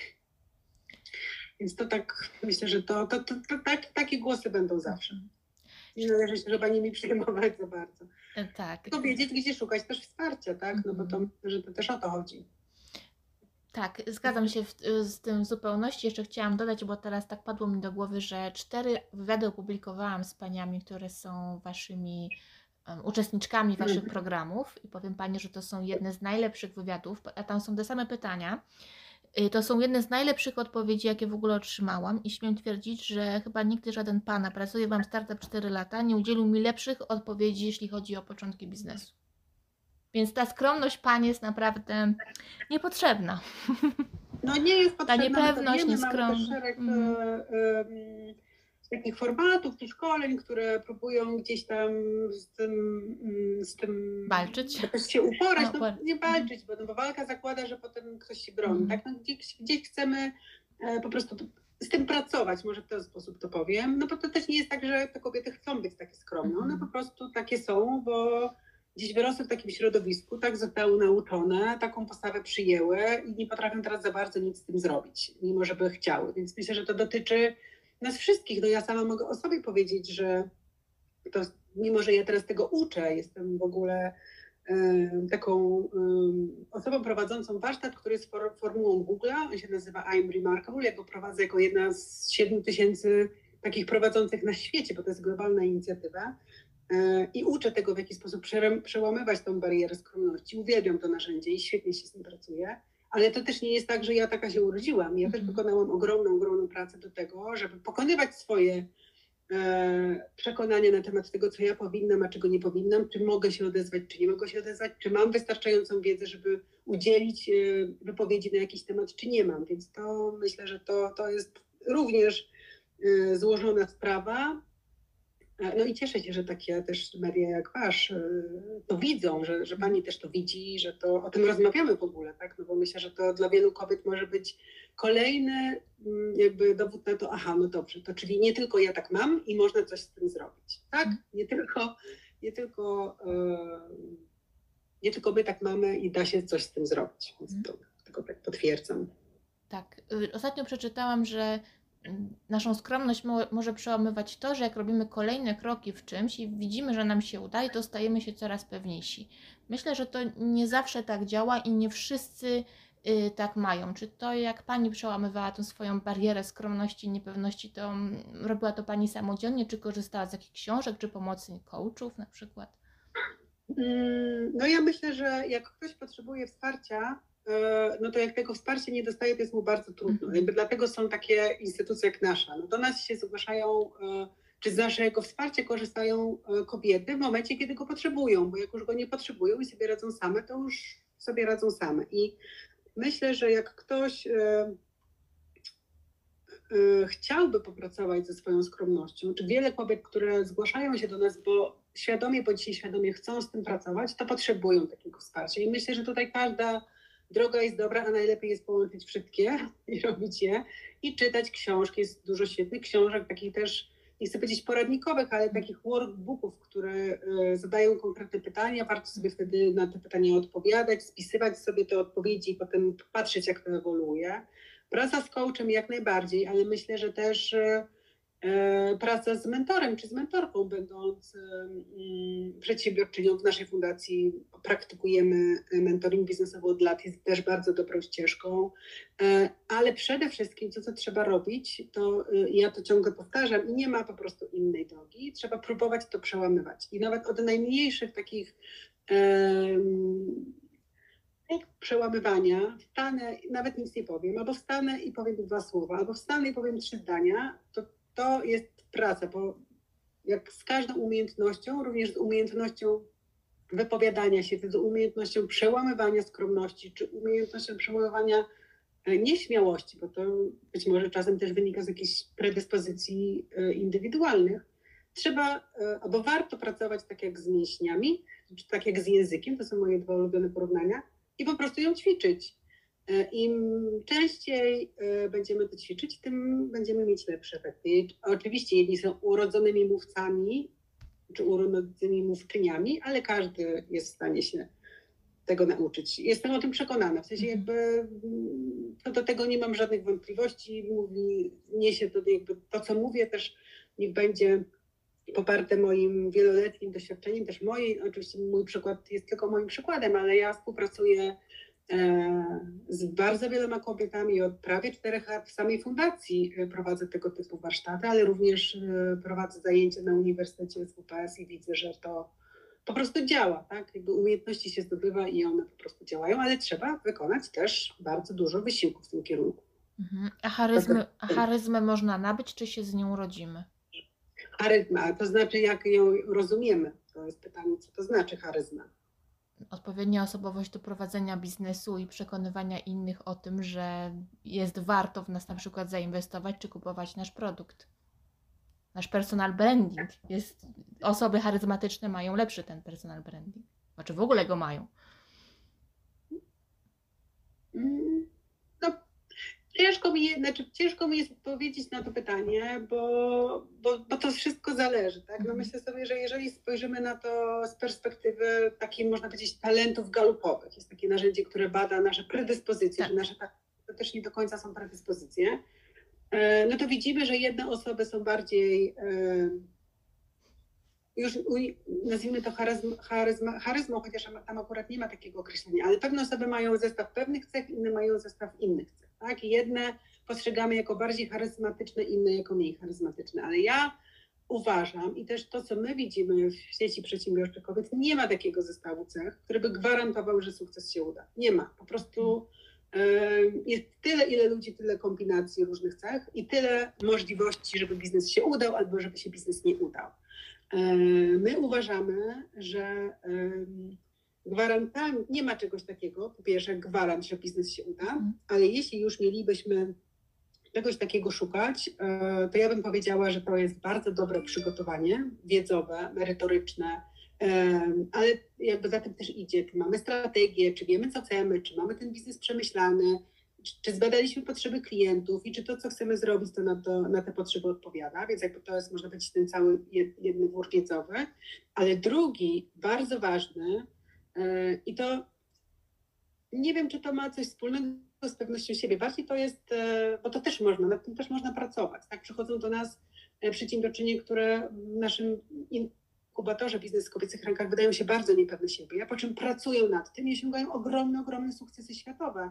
Więc to tak, myślę, że to, to, to, to tak, takie głosy będą zawsze. Nie należy się chyba nimi przejmować za bardzo. Tak. Tylko wiedzieć, gdzie szukać też wsparcia, tak? No bo to, że to też o to chodzi. Tak, zgadzam się w, z tym w zupełności. Jeszcze chciałam dodać, bo teraz tak padło mi do głowy, że cztery wywiady opublikowałam z paniami, które są waszymi um, uczestniczkami waszych mm. programów i powiem pani, że to są jedne z najlepszych wywiadów, a tam są te same pytania. To są jedne z najlepszych odpowiedzi, jakie w ogóle otrzymałam i śmiem twierdzić, że chyba nigdy żaden pan, a pracuję wam startup cztery lata, nie udzielił mi lepszych odpowiedzi, jeśli chodzi o początki biznesu. Więc ta skromność pani jest naprawdę niepotrzebna. No nie jest potrzebna. Ta niepewność, nieskromność. Mamy szereg mm. y, y, takich formatów, tych szkoleń, które próbują gdzieś tam z tym, z tym walczyć. Jakoś się uporać, no, no nie walczyć, bo, no, bo walka zakłada, że potem ktoś się broni. Mm. Tak? No, gdzieś, gdzieś chcemy e, po prostu z tym pracować, może w ten sposób to powiem. No bo to też nie jest tak, że te kobiety chcą być takie skromne. One po prostu takie są, bo gdzieś wyrosły w takim środowisku, tak zostały nauczone, taką postawę przyjęły i nie potrafią teraz za bardzo nic z tym zrobić, mimo żeby chciały. Więc myślę, że to dotyczy nas wszystkich. No ja sama mogę o sobie powiedzieć, że to, mimo że ja teraz tego uczę, jestem w ogóle y, taką y, osobą prowadzącą warsztat, który jest for, formułą Google'a, on się nazywa I'm Remarkable, ja go prowadzę jako jedna z siedmiu tysięcy takich prowadzących na świecie, bo to jest globalna inicjatywa y, i uczę tego, w jaki sposób prze, przełamywać tą barierę skromności. Uwielbiam to narzędzie i świetnie się z nim pracuje, Ale to też nie jest tak, że ja taka się urodziłam. Ja też Mhm. wykonałam ogromną, ogromną pracę do tego, żeby pokonywać swoje e, przekonania na temat tego, co ja powinnam, a czego nie powinnam, czy mogę się odezwać, czy nie mogę się odezwać, czy mam wystarczającą wiedzę, żeby udzielić e, wypowiedzi na jakiś temat, czy nie mam. Więc to myślę, że to, to jest również e, złożona sprawa. No i cieszę się, że takie też media jak wasz y, to widzą, że, że pani też to widzi, że to o tym rozmawiamy w ogóle, tak? No bo myślę, że to dla wielu kobiet może być kolejny mm, jakby dowód na to, aha, no dobrze, to czyli nie tylko ja tak mam i można coś z tym zrobić, tak? Nie tylko, nie tylko, y, nie tylko my tak mamy i da się coś z tym zrobić, więc to tylko tak potwierdzam. Tak, y, ostatnio przeczytałam, że mm, naszą skromność mo- może przełamywać to, że jak robimy kolejne kroki w czymś i widzimy, że nam się udaje, to stajemy się coraz pewniejsi. Myślę, że to nie zawsze tak działa i nie wszyscy y, tak mają. Czy to, jak pani przełamywała tą swoją barierę skromności i niepewności, to mm, robiła to pani samodzielnie, czy korzystała z jakichś książek, czy pomocy coachów na przykład? Mm, No ja myślę, że jak ktoś potrzebuje wsparcia, e, no to jak tego wsparcia nie dostaje, to jest mu bardzo trudno. Mhm. Jakby dlatego są takie instytucje jak nasza. No do nas się zgłaszają, e, czy z naszego wsparcia korzystają e, kobiety w momencie, kiedy go potrzebują, bo jak już go nie potrzebują i sobie radzą same, to już sobie radzą same. I myślę, że jak ktoś e, e, chciałby popracować ze swoją skromnością, czy wiele kobiet, które zgłaszają się do nas, bo świadomie bądź nieświadomie chcą z tym pracować, to potrzebują takiego wsparcia. I myślę, że tutaj każda droga jest dobra, a najlepiej jest połączyć wszystkie i robić je i czytać książki. Jest dużo świetnych książek, takich też, nie chcę powiedzieć poradnikowych, ale takich workbooków, które e, zadają konkretne pytania. Warto sobie wtedy na te pytania odpowiadać, spisywać sobie te odpowiedzi i potem patrzeć, jak to ewoluuje. Praca z coachem jak najbardziej, ale myślę, że też e, e, praca z mentorem czy z mentorką, będąc e, mm, przedsiębiorczynią w naszej fundacji, praktykujemy mentoring biznesowy od lat, jest też bardzo dobrą ścieżką, e, ale przede wszystkim to, co trzeba robić, to e, ja to ciągle powtarzam i nie ma po prostu innej drogi, trzeba próbować to przełamywać i nawet od najmniejszych takich em, prób przełamywania wstanę, nawet nic nie powiem, albo wstanę i powiem dwa słowa, albo wstanę i powiem trzy zdania, to to jest praca, bo jak z każdą umiejętnością, również z umiejętnością wypowiadania się, z umiejętnością przełamywania skromności, czy umiejętnością przełamywania e, nieśmiałości, bo to być może czasem też wynika z jakichś predyspozycji e, indywidualnych, trzeba, e, albo warto pracować tak jak z mięśniami, czy tak jak z językiem, to są moje dwa ulubione porównania, i po prostu ją ćwiczyć. E, Im częściej e, będziemy to ćwiczyć, tym będziemy mieć lepsze efekty. I oczywiście jedni są urodzonymi mówcami, czy urodzonymi mówczyniami, ale każdy jest w stanie się tego nauczyć. Jestem o tym przekonana. W sensie jakby mm, to do tego nie mam żadnych wątpliwości. Mówi, niesie to jakby to, co mówię, też niech będzie poparte moim wieloletnim doświadczeniem, też moje, oczywiście mój przykład jest tylko moim przykładem, ale ja współpracuję e, z bardzo wieloma kobietami od prawie czterech lat. W samej fundacji e, prowadzę tego typu warsztaty, ale również e, prowadzę zajęcia na Uniwersytecie S W P S i widzę, że to po prostu działa, tak? Jakby umiejętności się zdobywa i one po prostu działają, ale trzeba wykonać też bardzo dużo wysiłku w tym kierunku. Mhm. A charyzmę, a charyzmę można nabyć, czy się z nią rodzimy? Charyzma, to znaczy jak ją rozumiemy? To jest pytanie, co to znaczy charyzma? Odpowiednia osobowość do prowadzenia biznesu i przekonywania innych o tym, że jest warto w nas na przykład zainwestować czy kupować nasz produkt. Nasz personal branding. Jest, osoby charyzmatyczne mają lepszy ten personal branding. Znaczy w ogóle go mają. Mm, No, ciężko mi, je- znaczy, ciężko mi jest odpowiedzieć na to pytanie, bo, bo, bo to wszystko zależy. Tak? No Mhm. myślę sobie, że jeżeli spojrzymy na to z perspektywy takiej, można powiedzieć, talentów galupowych, jest takie narzędzie, które bada nasze predyspozycje, Tak. że nasze ta- to też nie do końca są predyspozycje, e, no to widzimy, że jedne osoby są bardziej e, już u- nazwijmy to charyzm, charyzma, charyzmą, chociaż tam akurat nie ma takiego określenia, ale pewne osoby mają zestaw pewnych cech, inne mają zestaw innych cech. Tak? I jedne postrzegamy jako bardziej charyzmatyczne, inne jako mniej charyzmatyczne. Ale ja uważam i też to, co my widzimy w sieci przedsiębiorczych kobiet, nie ma takiego zestawu cech, który by gwarantował, że sukces się uda. Nie ma. Po prostu Jest tyle, ile ludzi, tyle kombinacji różnych cech i tyle możliwości, żeby biznes się udał albo żeby się biznes nie udał. My uważamy, że gwarantami, nie ma czegoś takiego, po pierwsze gwarant, że biznes się uda, ale jeśli już mielibyśmy czegoś takiego szukać, to ja bym powiedziała, że to jest bardzo dobre przygotowanie wiedzowe, merytoryczne, ale jakby za tym też idzie, czy mamy strategię, czy wiemy, co chcemy, czy mamy ten biznes przemyślany, czy zbadaliśmy potrzeby klientów i czy to, co chcemy zrobić, to na, to, na te potrzeby odpowiada, więc jakby to jest, można powiedzieć, ten cały jedny wór wiedzowy, ale drugi, bardzo ważny i to nie wiem, czy to ma coś wspólnego z pewnością siebie, bardziej to jest, bo to też można, nad tym też można pracować, tak, przychodzą do nas przedsiębiorczynie, które w naszym inkubatorze Biznes w kobiecych rękach wydają się bardzo niepewne siebie, a po czym pracują nad tym i osiągają ogromne, ogromne sukcesy światowe.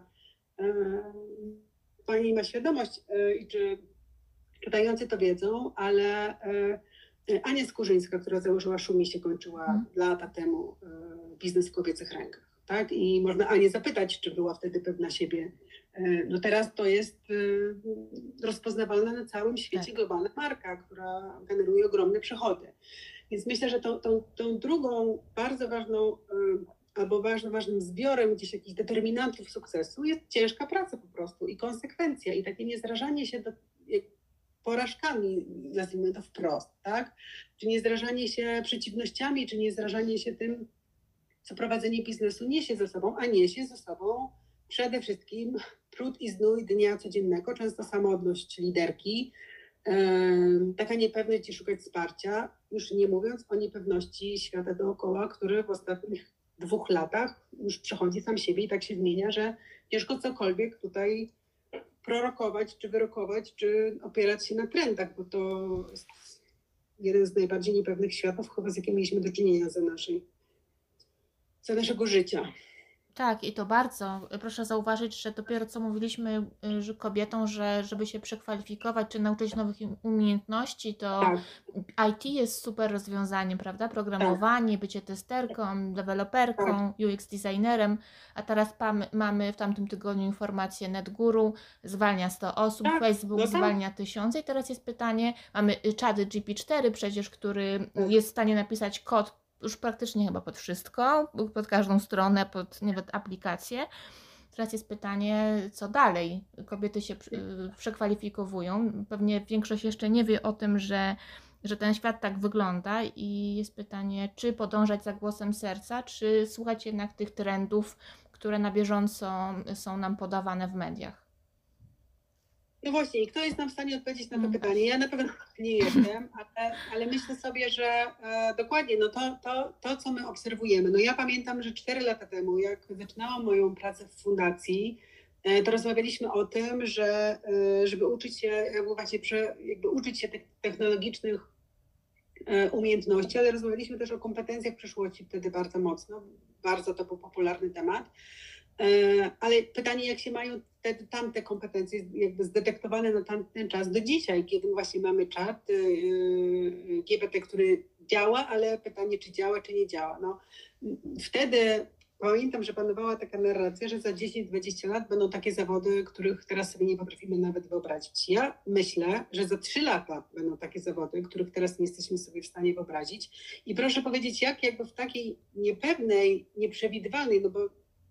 Pani ma świadomość i czy czytający to wiedzą, ale Ania Skórzyńska, która założyła Szumi, się kończyła hmm. lata temu Biznes w kobiecych rękach. Tak? I można Anię zapytać, czy była wtedy pewna siebie. No teraz to jest rozpoznawalna na całym świecie tak. globalna marka, która generuje ogromne przychody. Więc myślę, że tą, tą, tą drugą bardzo ważną albo ważnym, ważnym zbiorem gdzieś jakichś determinantów sukcesu jest ciężka praca po prostu i konsekwencja i takie niezrażanie się do, porażkami, nazwijmy to wprost, tak? Czy nie zrażanie się przeciwnościami, czy nie zrażanie się tym, co prowadzenie biznesu niesie ze sobą, a niesie ze sobą przede wszystkim trud i znój dnia codziennego, często samotność liderki, yy, taka niepewność i szukać wsparcia, już nie mówiąc o niepewności świata dookoła, który w ostatnich dwóch latach już przechodzi sam siebie i tak się zmienia, że ciężko cokolwiek tutaj prorokować, czy wyrokować, czy opierać się na trendach, bo to jest jeden z najbardziej niepewnych światów, chyba z jakim mieliśmy do czynienia za, naszej, za naszego życia. Tak, i to bardzo. Proszę zauważyć, że dopiero co mówiliśmy że kobietom, że żeby się przekwalifikować czy nauczyć nowych umiejętności, to tak. I T jest super rozwiązaniem, prawda? Programowanie, tak. bycie testerką, deweloperką, tak. U X designerem, a teraz pam, mamy w tamtym tygodniu informację NetGuru, zwalnia sto osób, tak. Facebook no tak. zwalnia tysiące i teraz jest pytanie, mamy czat G P cztery przecież, który tak. jest w stanie napisać kod już praktycznie chyba pod wszystko, pod każdą stronę, pod nawet aplikację. Teraz jest pytanie, co dalej? Kobiety się przekwalifikowują. Pewnie większość jeszcze nie wie o tym, że, że ten świat tak wygląda i jest pytanie, czy podążać za głosem serca, czy słuchać jednak tych trendów, które na bieżąco są nam podawane w mediach. No właśnie, kto jest nam w stanie odpowiedzieć na to mm. pytanie? Ja na pewno nie jestem, ale, ale myślę sobie, że e, dokładnie no to, to, to, co my obserwujemy. No ja pamiętam, że cztery lata temu, jak zaczynałam moją pracę w fundacji, e, to rozmawialiśmy o tym, że e, żeby uczyć się, jakby właśnie prze, jakby uczyć się tych technologicznych e, umiejętności, ale rozmawialiśmy też o kompetencjach przyszłości wtedy bardzo mocno. Bardzo to był popularny temat. Ale pytanie, jak się mają te, tamte kompetencje jakby zdetektowane na tamten czas do dzisiaj, kiedy właśnie mamy czat yy, G P T, który działa, ale pytanie, czy działa, czy nie działa. No, wtedy pamiętam, że panowała taka narracja, że za dziesięć dwadzieścia lat będą takie zawody, których teraz sobie nie potrafimy nawet wyobrazić. Ja myślę, że za trzy lata będą takie zawody, których teraz nie jesteśmy sobie w stanie wyobrazić. I proszę powiedzieć, jak jakby w takiej niepewnej, nieprzewidywalnej, no bo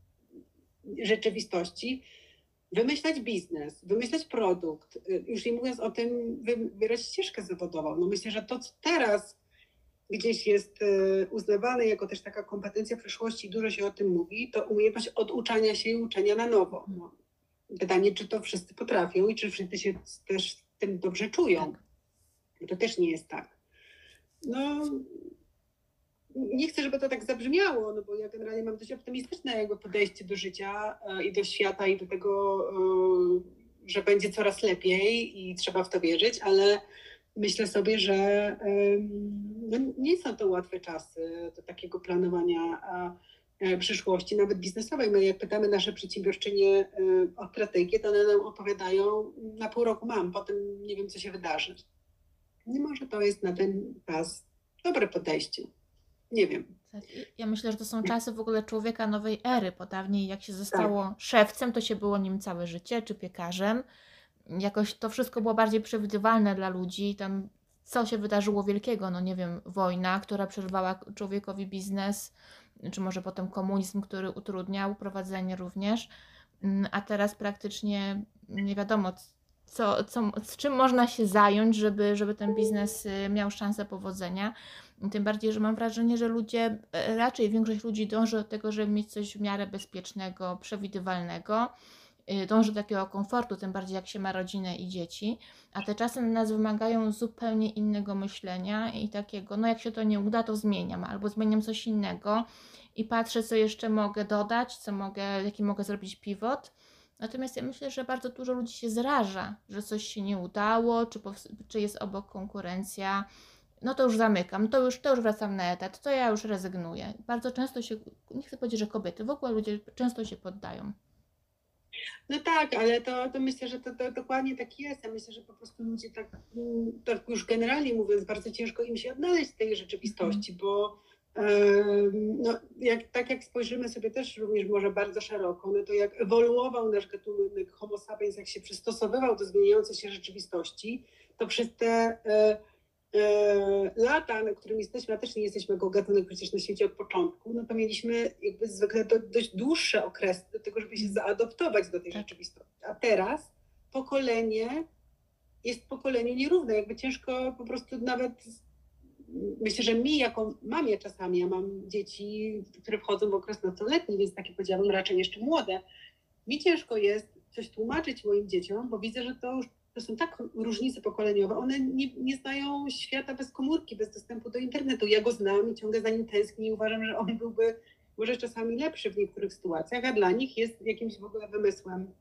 rzeczywistości, wymyślać biznes, wymyślać produkt, już nie mówiąc o tym, wybierać ścieżkę zawodową. No myślę, że to, co teraz gdzieś jest uznawane jako też taka kompetencja przyszłości, dużo się o tym mówi, to umiejętność oduczania się i uczenia na nowo. No. Pytanie, czy to wszyscy potrafią i czy wszyscy się też z tym dobrze czują. To też nie jest tak. No... Nie chcę, żeby to tak zabrzmiało, no bo ja generalnie mam dość optymistyczne jakby podejście do życia i do świata i do tego, że będzie coraz lepiej i trzeba w to wierzyć, ale myślę sobie, że no nie są to łatwe czasy do takiego planowania przyszłości, nawet biznesowej. My jak pytamy nasze przedsiębiorczynie o strategię, to one nam opowiadają, na pół roku mam, potem nie wiem, co się wydarzy. Mimo że to jest na ten czas dobre podejście. Nie wiem. Tak, ja myślę, że to są czasy w ogóle człowieka nowej ery, bo dawniej jak się Tak. zostało szewcem, to się było nim całe życie, czy piekarzem. Jakoś to wszystko było bardziej przewidywalne dla ludzi. Tam co się wydarzyło wielkiego, no nie wiem, wojna, która przerwała człowiekowi biznes, czy może potem komunizm, który utrudniał prowadzenie również. Mm, A teraz praktycznie nie wiadomo, co, co, z czym można się zająć, żeby, żeby ten biznes y, miał szansę powodzenia. Tym bardziej, że mam wrażenie, że ludzie, e, raczej większość ludzi dąży do tego, żeby mieć coś w miarę bezpiecznego, przewidywalnego. Y, Dąży do takiego komfortu, tym bardziej jak się ma rodzinę i dzieci. A te czasy na nas wymagają zupełnie innego myślenia i takiego, no jak się to nie uda, to zmieniam, albo zmieniam coś innego i patrzę, co jeszcze mogę dodać, co mogę, jaki mogę zrobić pivot. Natomiast ja myślę, że bardzo dużo ludzi się zraża, że coś się nie udało, czy, pows- czy jest obok konkurencja. No to już zamykam, to już, to już wracam na etat, to ja już rezygnuję. Bardzo często się, nie chcę powiedzieć, że kobiety, w ogóle ludzie często się poddają. No tak, ale to, to myślę, że to, to dokładnie tak jest. Ja myślę, że po prostu ludzie tak, mm, tak już generalnie mówiąc, bardzo ciężko im się odnaleźć w tej rzeczywistości, bo em, no, jak, tak jak spojrzymy sobie też również może bardzo szeroko, no to jak ewoluował nasz gatunek Homo sapiens, jak się przystosowywał do zmieniającej się rzeczywistości, to przez te e, e, lata, na którym jesteśmy, a też nie jesteśmy jako gatunek przecież na świecie od początku, no to mieliśmy jakby zwykle do, dość dłuższe okresy do tego, żeby się zaadoptować do tej Tak. rzeczywistości. A teraz pokolenie jest pokolenie nierówne, jakby ciężko po prostu nawet, myślę, że mi jako mamie czasami, ja mam dzieci, które wchodzą w okres nastoletni, więc takie powiedziałabym raczej jeszcze młode, mi ciężko jest coś tłumaczyć moim dzieciom, bo widzę, że to już to są tak różnice pokoleniowe. One nie, nie znają świata bez komórki, bez dostępu do internetu. Ja go znam i ciągle za nim tęsknię i uważam, że on byłby może czasami lepszy w niektórych sytuacjach, a dla nich jest jakimś w ogóle wymysłem,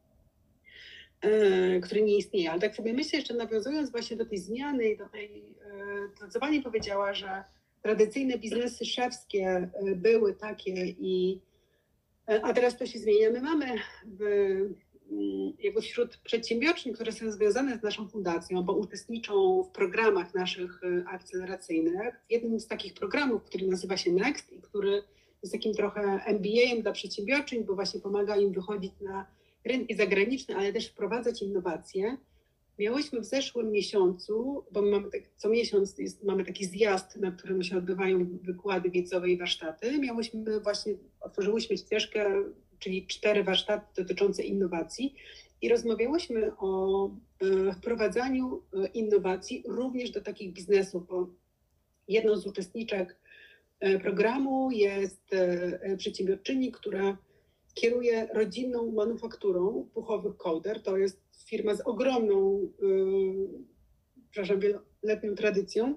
e, który nie istnieje. Ale tak sobie myślę, jeszcze nawiązując właśnie do tej zmiany i do tej, e, to co Pani powiedziała, że tradycyjne biznesy szewskie e, były takie i e, a teraz to się zmienia. My mamy w, jakby wśród przedsiębiorczyń, które są związane z naszą fundacją, bo uczestniczą w programach naszych akceleracyjnych. Jednym z takich programów, który nazywa się Next i który jest takim trochę M B A-em dla przedsiębiorczyń, bo właśnie pomaga im wychodzić na rynki zagraniczne, ale też wprowadzać innowacje. Miałyśmy w zeszłym miesiącu, bo my mamy tak, co miesiąc jest, mamy taki zjazd, na którym się odbywają wykłady wiedzowe i warsztaty. Miałyśmy właśnie, otworzyłyśmy ścieżkę, czyli cztery warsztaty dotyczące innowacji i rozmawiałyśmy o e, wprowadzaniu innowacji również do takich biznesów, bo jedną z uczestniczek e, programu jest e, przedsiębiorczyni, która kieruje rodzinną manufakturą puchowych kołder. To jest firma z ogromną, yy, przepraszam, wieloletnią tradycją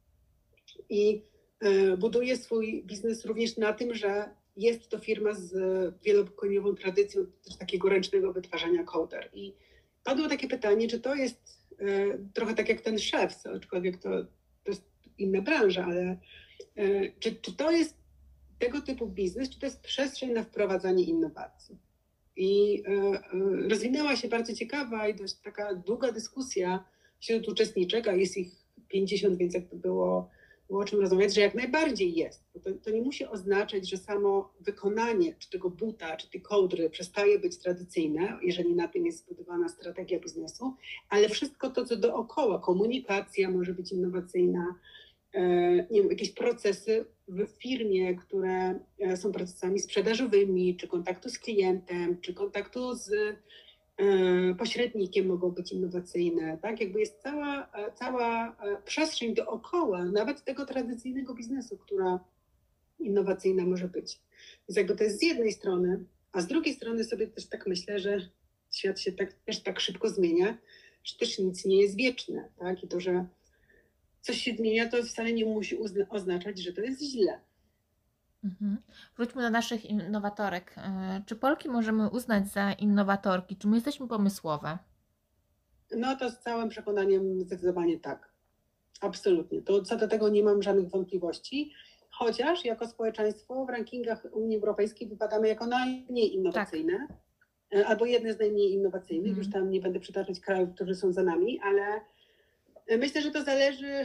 i yy, buduje swój biznes również na tym, że jest to firma z wielopokoleniową tradycją też takiego ręcznego wytwarzania kołder. I padło takie pytanie, czy to jest yy, trochę tak jak ten szef, aczkolwiek to, to jest inna branża, ale yy, czy, czy to jest tego typu biznes, czy to jest przestrzeń na wprowadzanie innowacji? I y, rozwinęła się bardzo ciekawa i dość taka długa dyskusja wśród uczestniczek, a jest ich pięćdziesiąt, więc jakby było, było o czym rozmawiać, że jak najbardziej jest. Bo to, to nie musi oznaczać, że samo wykonanie czy tego buta, czy tej kołdry przestaje być tradycyjne, jeżeli na tym jest zbudowana strategia biznesu, ale wszystko to, co dookoła, komunikacja może być innowacyjna, nie wiem, jakieś procesy w firmie, które są procesami sprzedażowymi, czy kontaktu z klientem, czy kontaktu z pośrednikiem mogą być innowacyjne, tak? Jakby jest cała, cała przestrzeń dookoła, nawet tego tradycyjnego biznesu, która innowacyjna może być. Więc jakby to jest z jednej strony, a z drugiej strony sobie też tak myślę, że świat się tak, też tak szybko zmienia, że też nic nie jest wieczne, tak? I to, że coś się zmienia, to wcale nie musi uzna- oznaczać, że to jest źle. Mhm. Wróćmy do naszych innowatorek. E, Czy Polki możemy uznać za innowatorki? Czy my jesteśmy pomysłowe? No to z całym przekonaniem zdecydowanie tak. Absolutnie. To co do tego nie mam żadnych wątpliwości. Chociaż jako społeczeństwo w rankingach Unii Europejskiej wypadamy jako najmniej innowacyjne. Tak. Albo jedne z najmniej innowacyjnych. Mhm. Już tam nie będę przytaczać krajów, którzy są za nami, ale myślę, że to zależy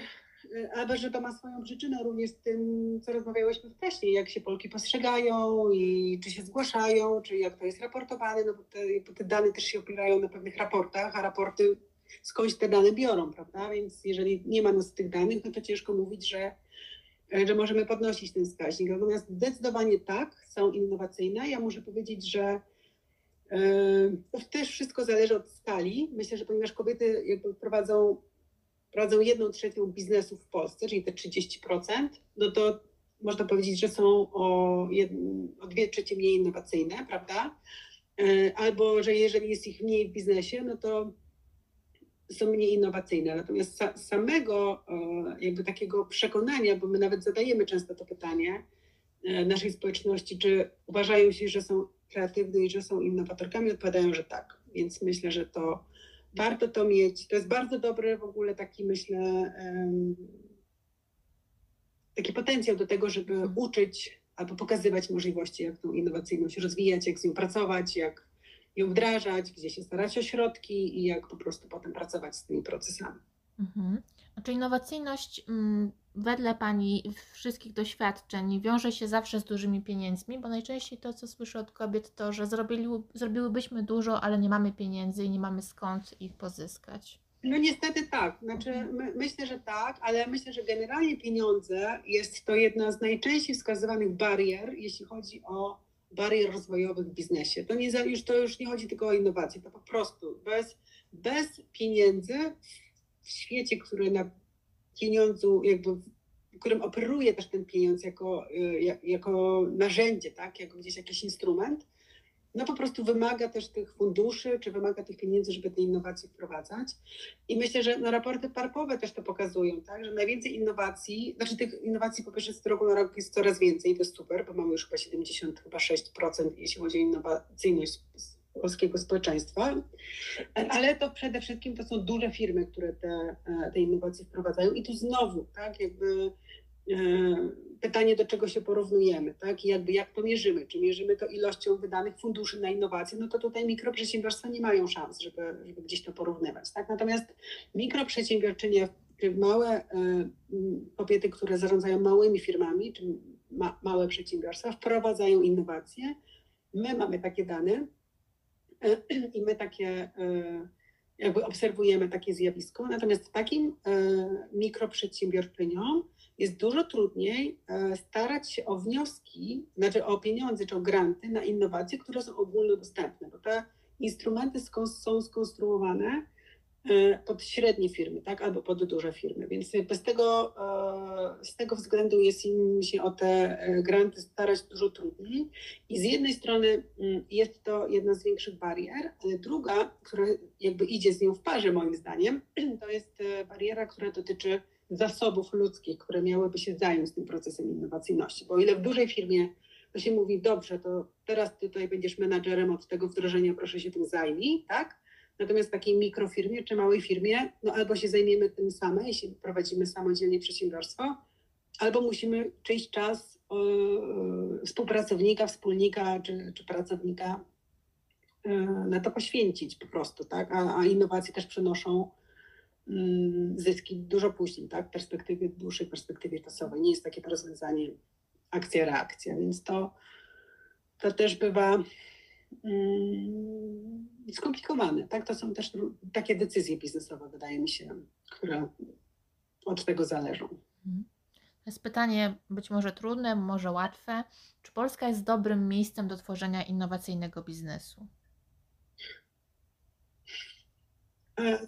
albo że to ma swoją przyczynę również z tym, co rozmawiałyśmy wcześniej, jak się Polki postrzegają i czy się zgłaszają, czy jak to jest raportowane, no bo te, bo te dane też się opierają na pewnych raportach, a raporty skądś te dane biorą, prawda? Więc jeżeli nie ma nas tych danych, no to ciężko mówić, że, że możemy podnosić ten wskaźnik. Natomiast zdecydowanie tak, są innowacyjne. Ja muszę powiedzieć, że to też wszystko zależy od skali. Myślę, że ponieważ kobiety jakby prowadzą, prowadzą jedną trzecią biznesu w Polsce, czyli te trzydzieści procent, no to można powiedzieć, że są o, jedno, o dwie trzecie mniej innowacyjne, prawda? Albo, że jeżeli jest ich mniej w biznesie, no to są mniej innowacyjne. Natomiast sa, samego jakby takiego przekonania, bo my nawet zadajemy często to pytanie naszej społeczności, czy uważają się, że są kreatywne i że są innowatorkami, odpowiadają, że tak. Więc myślę, że to warto to mieć. To jest bardzo dobry w ogóle taki, myślę, taki potencjał do tego, żeby uczyć albo pokazywać możliwości, jak tą innowacyjność rozwijać, jak z nią pracować, jak ją wdrażać, gdzie się starać o środki i jak po prostu potem pracować z tymi procesami. Mhm. Znaczy innowacyjność mm, wedle Pani wszystkich doświadczeń wiąże się zawsze z dużymi pieniędzmi, bo najczęściej to, co słyszę od kobiet, to, że zrobili, zrobiłybyśmy dużo, ale nie mamy pieniędzy i nie mamy skąd ich pozyskać. No niestety tak, znaczy my, myślę, że tak, ale myślę, że generalnie pieniądze jest to jedna z najczęściej wskazywanych barier, jeśli chodzi o barier rozwojowych w biznesie. To, nie, już, to już nie chodzi tylko o innowacje, to po prostu bez, bez pieniędzy w świecie, który na pieniądzu, jakby, w którym operuje też ten pieniądz jako, jako narzędzie, tak, jako gdzieś jakiś instrument, no po prostu wymaga też tych funduszy, czy wymaga tych pieniędzy, żeby te innowacje wprowadzać. I myślę, że no, raporty parpowe też to pokazują, tak, że najwięcej innowacji, znaczy tych innowacji po pierwsze z roku na rok jest coraz więcej, to jest super, bo mamy już chyba siedemdziesiąt sześć procent, jeśli chodzi o innowacyjność polskiego społeczeństwa, ale to przede wszystkim to są duże firmy, które te, te innowacje wprowadzają i tu znowu, tak, jakby pytanie, do czego się porównujemy, tak? I jakby jak to mierzymy? Czy mierzymy to ilością wydanych funduszy na innowacje? No to tutaj mikroprzedsiębiorstwa nie mają szans, żeby, żeby gdzieś to porównywać, tak? Natomiast mikroprzedsiębiorczynie, czy małe y, kobiety, które zarządzają małymi firmami, czy ma, małe przedsiębiorstwa, wprowadzają innowacje. My mamy takie dane y, i my takie y, jakby obserwujemy takie zjawisko. Natomiast takim y, mikroprzedsiębiorczyniom jest dużo trudniej starać się o wnioski, znaczy o pieniądze czy o granty na innowacje, które są ogólnodostępne, bo te instrumenty są skonstruowane pod średnie firmy, tak, albo pod duże firmy, więc z tego, z tego względu jest im się o te granty starać dużo trudniej i z jednej strony jest to jedna z większych barier, ale druga, która jakby idzie z nią w parze moim zdaniem, to jest bariera, która dotyczy zasobów ludzkich, które miałyby się zająć tym procesem innowacyjności. Bo o ile w dużej firmie to się mówi, dobrze, to teraz tutaj będziesz menadżerem od tego wdrożenia, proszę się tym zajmij, tak? Natomiast w takiej mikrofirmie czy małej firmie, no albo się zajmiemy tym same, jeśli prowadzimy samodzielnie przedsiębiorstwo, albo musimy czyjś czas yy, współpracownika, wspólnika czy, czy pracownika yy, na to poświęcić po prostu, tak? A, a innowacje też przynoszą zyski dużo później, tak? W perspektywie dłuższej, perspektywie czasowej. Nie jest takie to rozwiązanie akcja-reakcja, więc to, to też bywa mm, skomplikowane, tak? To są też takie decyzje biznesowe, wydaje mi się, które od tego zależą. To jest pytanie być może trudne, może łatwe. Czy Polska jest dobrym miejscem do tworzenia innowacyjnego biznesu? E-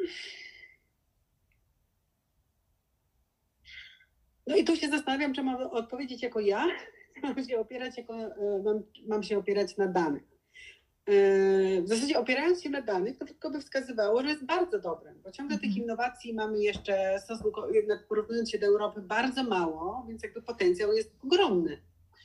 No i tu się zastanawiam, czy mam odpowiedzieć jako ja, czy mam się opierać, jako, mam, mam się opierać na danych. W zasadzie opierając się na danych, to tylko by wskazywało, że jest bardzo dobre, bo ciągle tych innowacji mamy jeszcze, jednak porównując się do Europy, bardzo mało, więc jakby potencjał jest ogromny.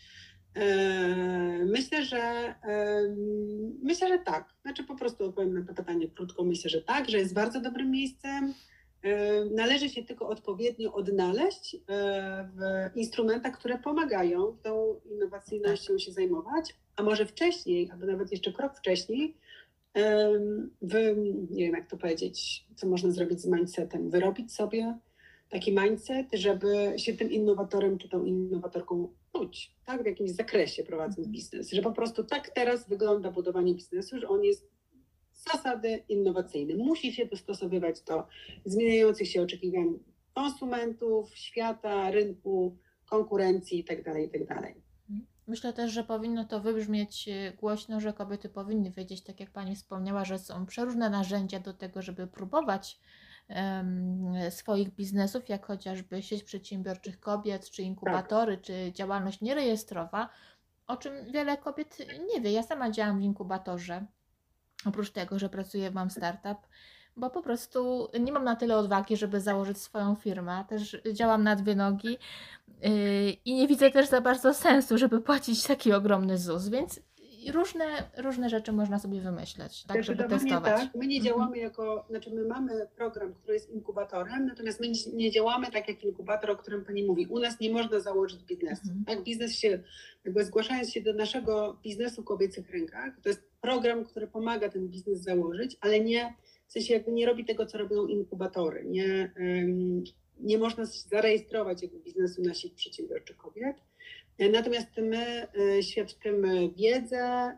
Myślę, że myślę, że tak. Znaczy po prostu odpowiem na to pytanie krótko. Myślę, że tak, że jest bardzo dobrym miejscem. Należy się tylko odpowiednio odnaleźć w instrumentach, które pomagają tą innowacyjnością się zajmować, a może wcześniej, albo nawet jeszcze krok wcześniej, w, nie wiem jak to powiedzieć, co można zrobić z mindsetem, wyrobić sobie taki mindset, żeby się tym innowatorem czy tą innowatorką czuć, tak, w jakimś zakresie prowadząc biznes, że po prostu tak teraz wygląda budowanie biznesu, że on jest z zasady innowacyjny. Musi się dostosowywać do zmieniających się oczekiwań konsumentów, świata, rynku, konkurencji itd., itd. Myślę też, że powinno to wybrzmieć głośno, że kobiety powinny wiedzieć, tak jak Pani wspomniała, że są przeróżne narzędzia do tego, żeby próbować um, swoich biznesów, jak chociażby sieć przedsiębiorczych kobiet, czy inkubatory, tak. czy działalność nierejestrowa, o czym wiele kobiet nie wie. Ja sama działam w inkubatorze, oprócz tego, że pracuję w Mam Startup, bo po prostu nie mam na tyle odwagi, żeby założyć swoją firmę. Też działam na dwie nogi yy, i nie widzę też za bardzo sensu, żeby płacić taki ogromny ZUS, więc różne, różne rzeczy można sobie wymyśleć, tak, żeby testować. Tak, my nie działamy jako, znaczy my mamy program, który jest inkubatorem, natomiast my nie działamy tak jak inkubator, o którym Pani mówi. U nas nie można założyć biznesu. Mhm. Tak, biznes się, jakby zgłaszając się do naszego biznesu w kobiecych rękach, to jest program, który pomaga ten biznes założyć, ale nie, w sensie jakby nie robi tego, co robią inkubatory. Nie, um, nie można zarejestrować jakby biznesu na sieć przedsiębiorczych kobiet. Natomiast my świadczymy wiedzę,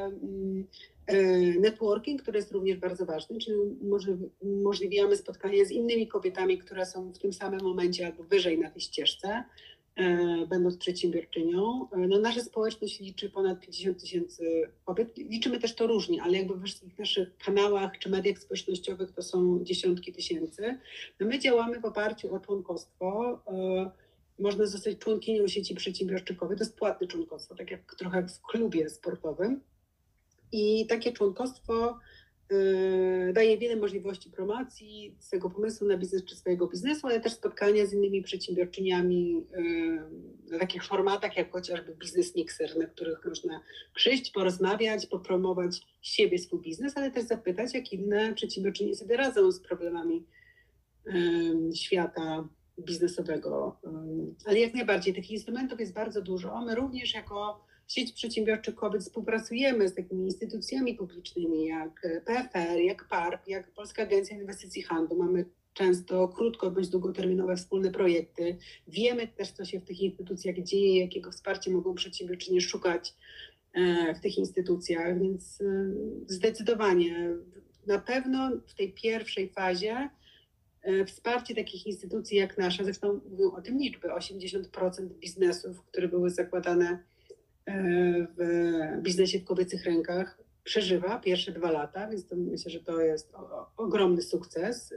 networking, który jest również bardzo ważny, czyli umożliwiamy spotkanie z innymi kobietami, które są w tym samym momencie albo wyżej na tej ścieżce, będąc przedsiębiorczynią. No, nasza społeczność liczy ponad pięćdziesiąt tysięcy kobiet. Liczymy też to różnie, ale jakby w wszystkich naszych kanałach czy mediach społecznościowych to są dziesiątki tysięcy. No, my działamy w oparciu o członkostwo. Można zostać członkinią sieci przedsiębiorczych kobiet, to jest płatne członkostwo, tak jak trochę jak w klubie sportowym. I takie członkostwo y, daje wiele możliwości promocji swojego pomysłu na biznes czy swojego biznesu, ale też spotkania z innymi przedsiębiorczyniami y, na takich formatach jak chociażby Business Mixer, na których można przyjść, porozmawiać, popromować siebie, swój biznes, ale też zapytać, jak inne przedsiębiorczynie sobie radzą z problemami y, świata biznesowego, ale jak najbardziej tych instrumentów jest bardzo dużo. My również jako sieć przedsiębiorczych kobiet współpracujemy z takimi instytucjami publicznymi jak P F R, jak P A R P, jak Polska Agencja Inwestycji i Handlu. Mamy często krótko bądź długoterminowe wspólne projekty. Wiemy też, co się w tych instytucjach dzieje, jakiego wsparcia mogą przedsiębiorczynie szukać w tych instytucjach, więc zdecydowanie na pewno w tej pierwszej fazie wsparcie takich instytucji jak nasza, zresztą mówią o tym liczby, osiemdziesiąt procent biznesów, które były zakładane w biznesie w kobiecych rękach, przeżywa pierwsze dwa lata, więc to myślę, że to jest ogromny sukces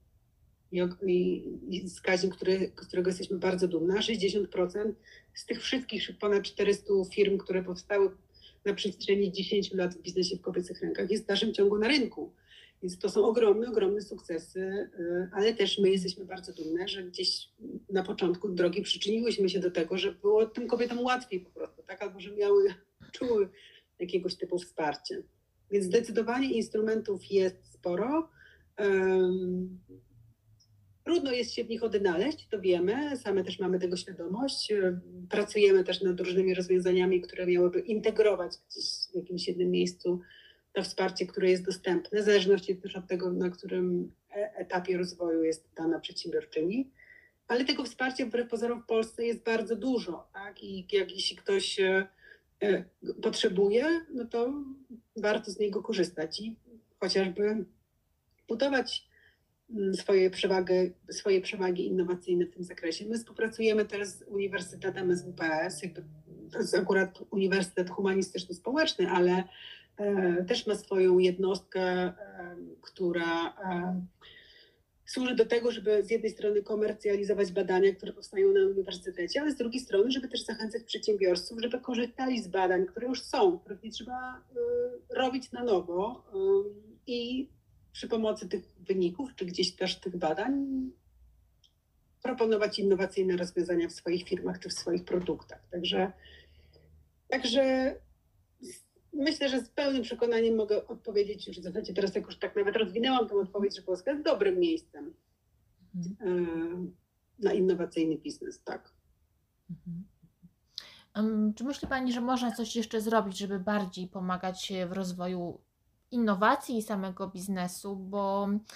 i wskaźnik, który, z którego jesteśmy bardzo dumni. sześćdziesiąt procent z tych wszystkich ponad czterysta firm, które powstały na przestrzeni dziesięciu lat w biznesie w kobiecych rękach, jest w dalszym ciągu na rynku. Więc to są ogromne, ogromne sukcesy, ale też my jesteśmy bardzo dumne, że gdzieś na początku drogi przyczyniłyśmy się do tego, że było tym kobietom łatwiej po prostu, tak? Albo że miały, czuły jakiegoś typu wsparcie. Więc zdecydowanie instrumentów jest sporo. Um, trudno jest się w nich odnaleźć, to wiemy, same też mamy tego świadomość. Pracujemy też nad różnymi rozwiązaniami, które miałyby integrować gdzieś w jakimś jednym miejscu to wsparcie, które jest dostępne, w zależności też od tego, na którym etapie rozwoju jest dana przedsiębiorczyni. Ale tego wsparcia wbrew pozorom w Polsce jest bardzo dużo, tak? I jak jeśli ktoś e, potrzebuje, no to warto z niego korzystać i chociażby budować swoje przewagi, swoje przewagi innowacyjne w tym zakresie. My współpracujemy też z Uniwersytetem S W P S, jakby to jest akurat Uniwersytet Humanistyczno-Społeczny, ale też ma swoją jednostkę, która służy do tego, żeby z jednej strony komercjalizować badania, które powstają na uniwersytecie, ale z drugiej strony, żeby też zachęcać przedsiębiorców, żeby korzystali z badań, które już są, których nie trzeba robić na nowo i przy pomocy tych wyników, czy gdzieś też tych badań proponować innowacyjne rozwiązania w swoich firmach, czy w swoich produktach. Także, także myślę, że z pełnym przekonaniem mogę odpowiedzieć, już w zasadzie teraz jak już tak nawet rozwinęłam tę odpowiedź, że Polska jest dobrym miejscem mhm. na innowacyjny biznes, tak. Mhm. Um, czy myśli Pani, że można coś jeszcze zrobić, żeby bardziej pomagać w rozwoju innowacji i samego biznesu, bo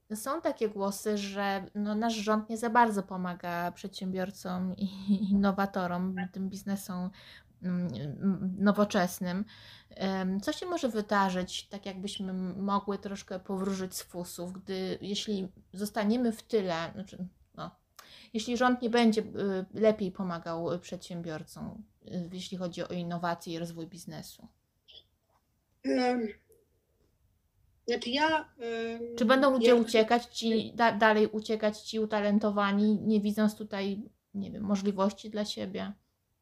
są takie głosy, że no, nasz rząd nie za bardzo pomaga przedsiębiorcom i innowatorom, tym biznesom mm, nowoczesnym. Em, Co się może wydarzyć, tak jakbyśmy mogły troszkę powróżyć z fusów, gdy jeśli zostaniemy w tyle, znaczy, no, jeśli rząd nie będzie y, lepiej pomagał przedsiębiorcom, y, jeśli chodzi o innowacje i rozwój biznesu? Em, Znaczy ja... Czy będą ludzie ja, uciekać, ci da, dalej uciekać, ci utalentowani, nie widząc tutaj, nie wiem, możliwości dla siebie?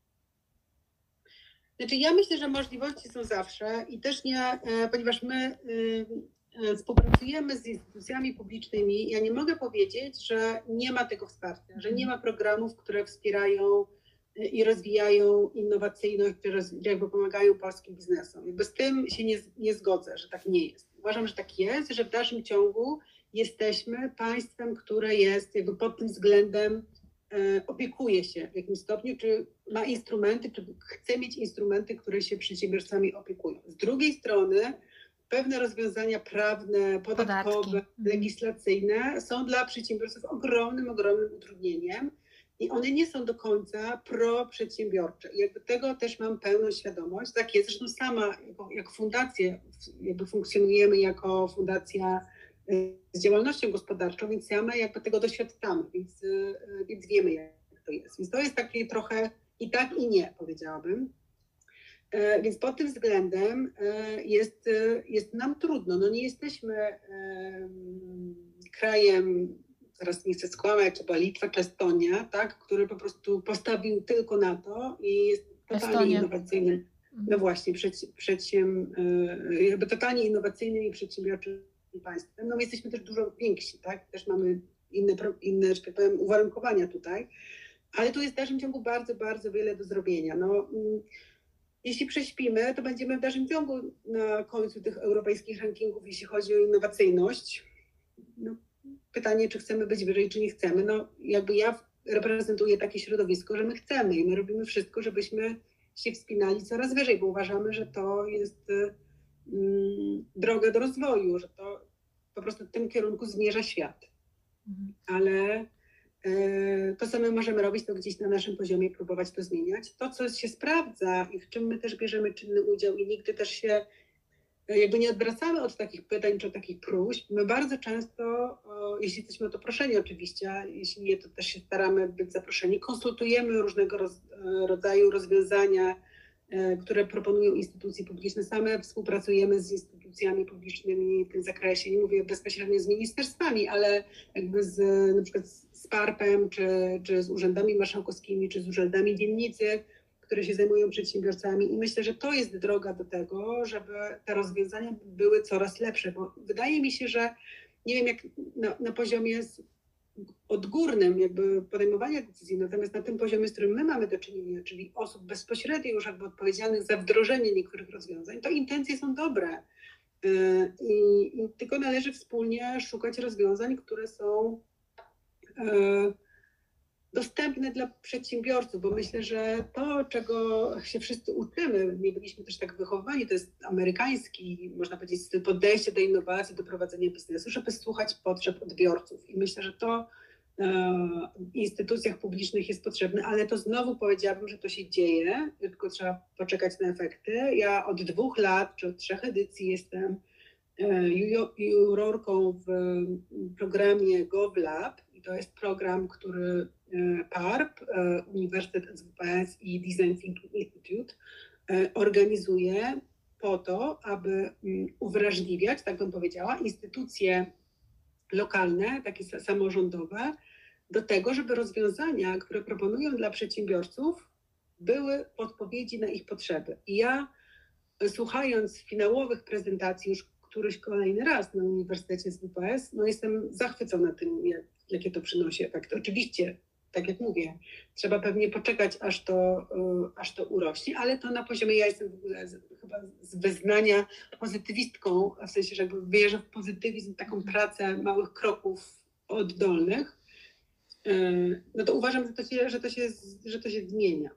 Znaczy ja myślę, że możliwości są zawsze i też nie, e, ponieważ my y, y, współpracujemy z instytucjami publicznymi, ja nie mogę powiedzieć, że nie ma tego wsparcia, że nie ma programów, które wspierają y, i rozwijają innowacyjność, które roz- jakby pomagają polskim biznesom. Jakby z tym się nie, nie zgodzę, że tak nie jest. Uważam, że tak jest, że w dalszym ciągu jesteśmy państwem, które jest jakby pod tym względem e, opiekuje się w jakimś stopniu, czy ma instrumenty, czy chce mieć instrumenty, które się przedsiębiorcami opiekują. Z drugiej strony pewne rozwiązania prawne, podatkowe, Podatki. Mhm. legislacyjne są dla przedsiębiorców ogromnym, ogromnym utrudnieniem i one nie są do końca pro-przedsiębiorcze. I jakby tego też mam pełną świadomość. Tak jest, zresztą sama jako, jako fundację, jakby funkcjonujemy jako fundacja y, z działalnością gospodarczą, więc same jakby tego doświadczamy, więc, y, więc wiemy, jak to jest. Więc to jest takie trochę i tak, i nie, powiedziałabym. E, Więc pod tym względem e, jest, e, jest nam trudno. No nie jesteśmy em, krajem, zaraz nie chcę skłamać, czy była Litwa, czy Estonia, tak, który po prostu postawił tylko na to i jest totalnie Estonia. innowacyjnym. No Mhm. właśnie, przed, przedsiem, e, jakby totalnie innowacyjnym i przedsiębiorczym państwem. No my jesteśmy też dużo więksi, tak, też mamy inne, pro- inne, że tak powiem, uwarunkowania tutaj, ale tu jest w dalszym ciągu bardzo, bardzo wiele do zrobienia. No, mm, jeśli prześpimy, to będziemy w dalszym ciągu na końcu tych europejskich rankingów, jeśli chodzi o innowacyjność. No, pytanie, czy chcemy być wyżej, czy nie chcemy. No, jakby ja reprezentuję takie środowisko, że my chcemy i my robimy wszystko, żebyśmy się wspinali coraz wyżej, bo uważamy, że to jest mm, droga do rozwoju, że to po prostu w tym kierunku zmierza świat. Mhm. Ale e, to, co my możemy robić, to gdzieś na naszym poziomie próbować to zmieniać. To, co się sprawdza i w czym my też bierzemy czynny udział i nigdy też się e, jakby nie odwracamy od takich pytań czy od takich próśb. My bardzo często, o, jeśli jesteśmy o to proszeni oczywiście, a jeśli nie, to też się staramy być zaproszeni, konsultujemy różnego roz, e, rodzaju rozwiązania, e, które proponują instytucje publiczne. Same współpracujemy z instytucjami publicznymi w tym zakresie. Nie mówię bezpośrednio z ministerstwami, ale jakby z na przykład z parpem, czy, czy z urzędami marszałkowskimi, czy z urzędami dzielnicy, które się zajmują przedsiębiorcami. I myślę, że to jest droga do tego, żeby te rozwiązania były coraz lepsze, bo wydaje mi się, że nie wiem jak na, na poziomie z- odgórnym jakby podejmowania decyzji, natomiast na tym poziomie, z którym my mamy do czynienia, czyli osób bezpośrednio już jakby odpowiedzialnych za wdrożenie niektórych rozwiązań, to intencje są dobre. Yy, I, i tylko należy wspólnie szukać rozwiązań, które są yy, dostępne dla przedsiębiorców, bo myślę, że to, czego się wszyscy uczymy, nie byliśmy też tak wychowani, to jest amerykański, można powiedzieć, styl podejście do innowacji, do prowadzenia biznesu, żeby słuchać potrzeb odbiorców. I myślę, że to e, w instytucjach publicznych jest potrzebne, ale to znowu powiedziałabym, że to się dzieje, tylko trzeba poczekać na efekty. Ja od dwóch lat, czy od trzech edycji jestem e, ju- jurorką w programie GovLab. I to jest program, który e, parp, e, Uniwersytet S W P S i Design Thinking Institute e, organizuje po to, aby mm, uwrażliwiać, tak bym powiedziała, instytucje lokalne, takie sa- samorządowe, do tego, żeby rozwiązania, które proponują dla przedsiębiorców, były odpowiedzi na ich potrzeby. I ja e, słuchając finałowych prezentacji już któryś kolejny raz na Uniwersytecie S W P S, no jestem zachwycona tym, jak, jakie to przynosi efekty. Oczywiście, tak jak mówię, trzeba pewnie poczekać, aż to, y, aż to urośnie, ale to na poziomie, ja jestem w ogóle z, chyba z wyznania pozytywistką, w sensie, że jakby wierzę w pozytywizm, taką pracę małych kroków oddolnych, y, no to uważam, że to się, że to się, że to się zmienia.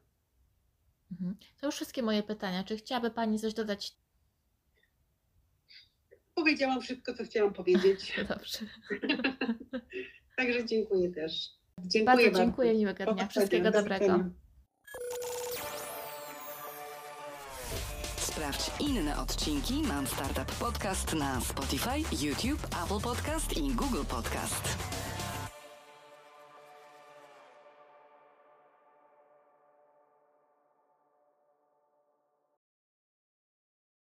Mhm. To już wszystkie moje pytania. Czy chciałaby Pani coś dodać? powiedziałam wszystko, co chciałam powiedzieć. Dobrze. Także dziękuję też. Dziękuję Bardzo bardzo. dziękuję, miłego dnia. Wszystkiego dobrego. Sprawdź inne odcinki Mam Startup Podcast na Spotify, YouTube, Apple Podcast i Google Podcast.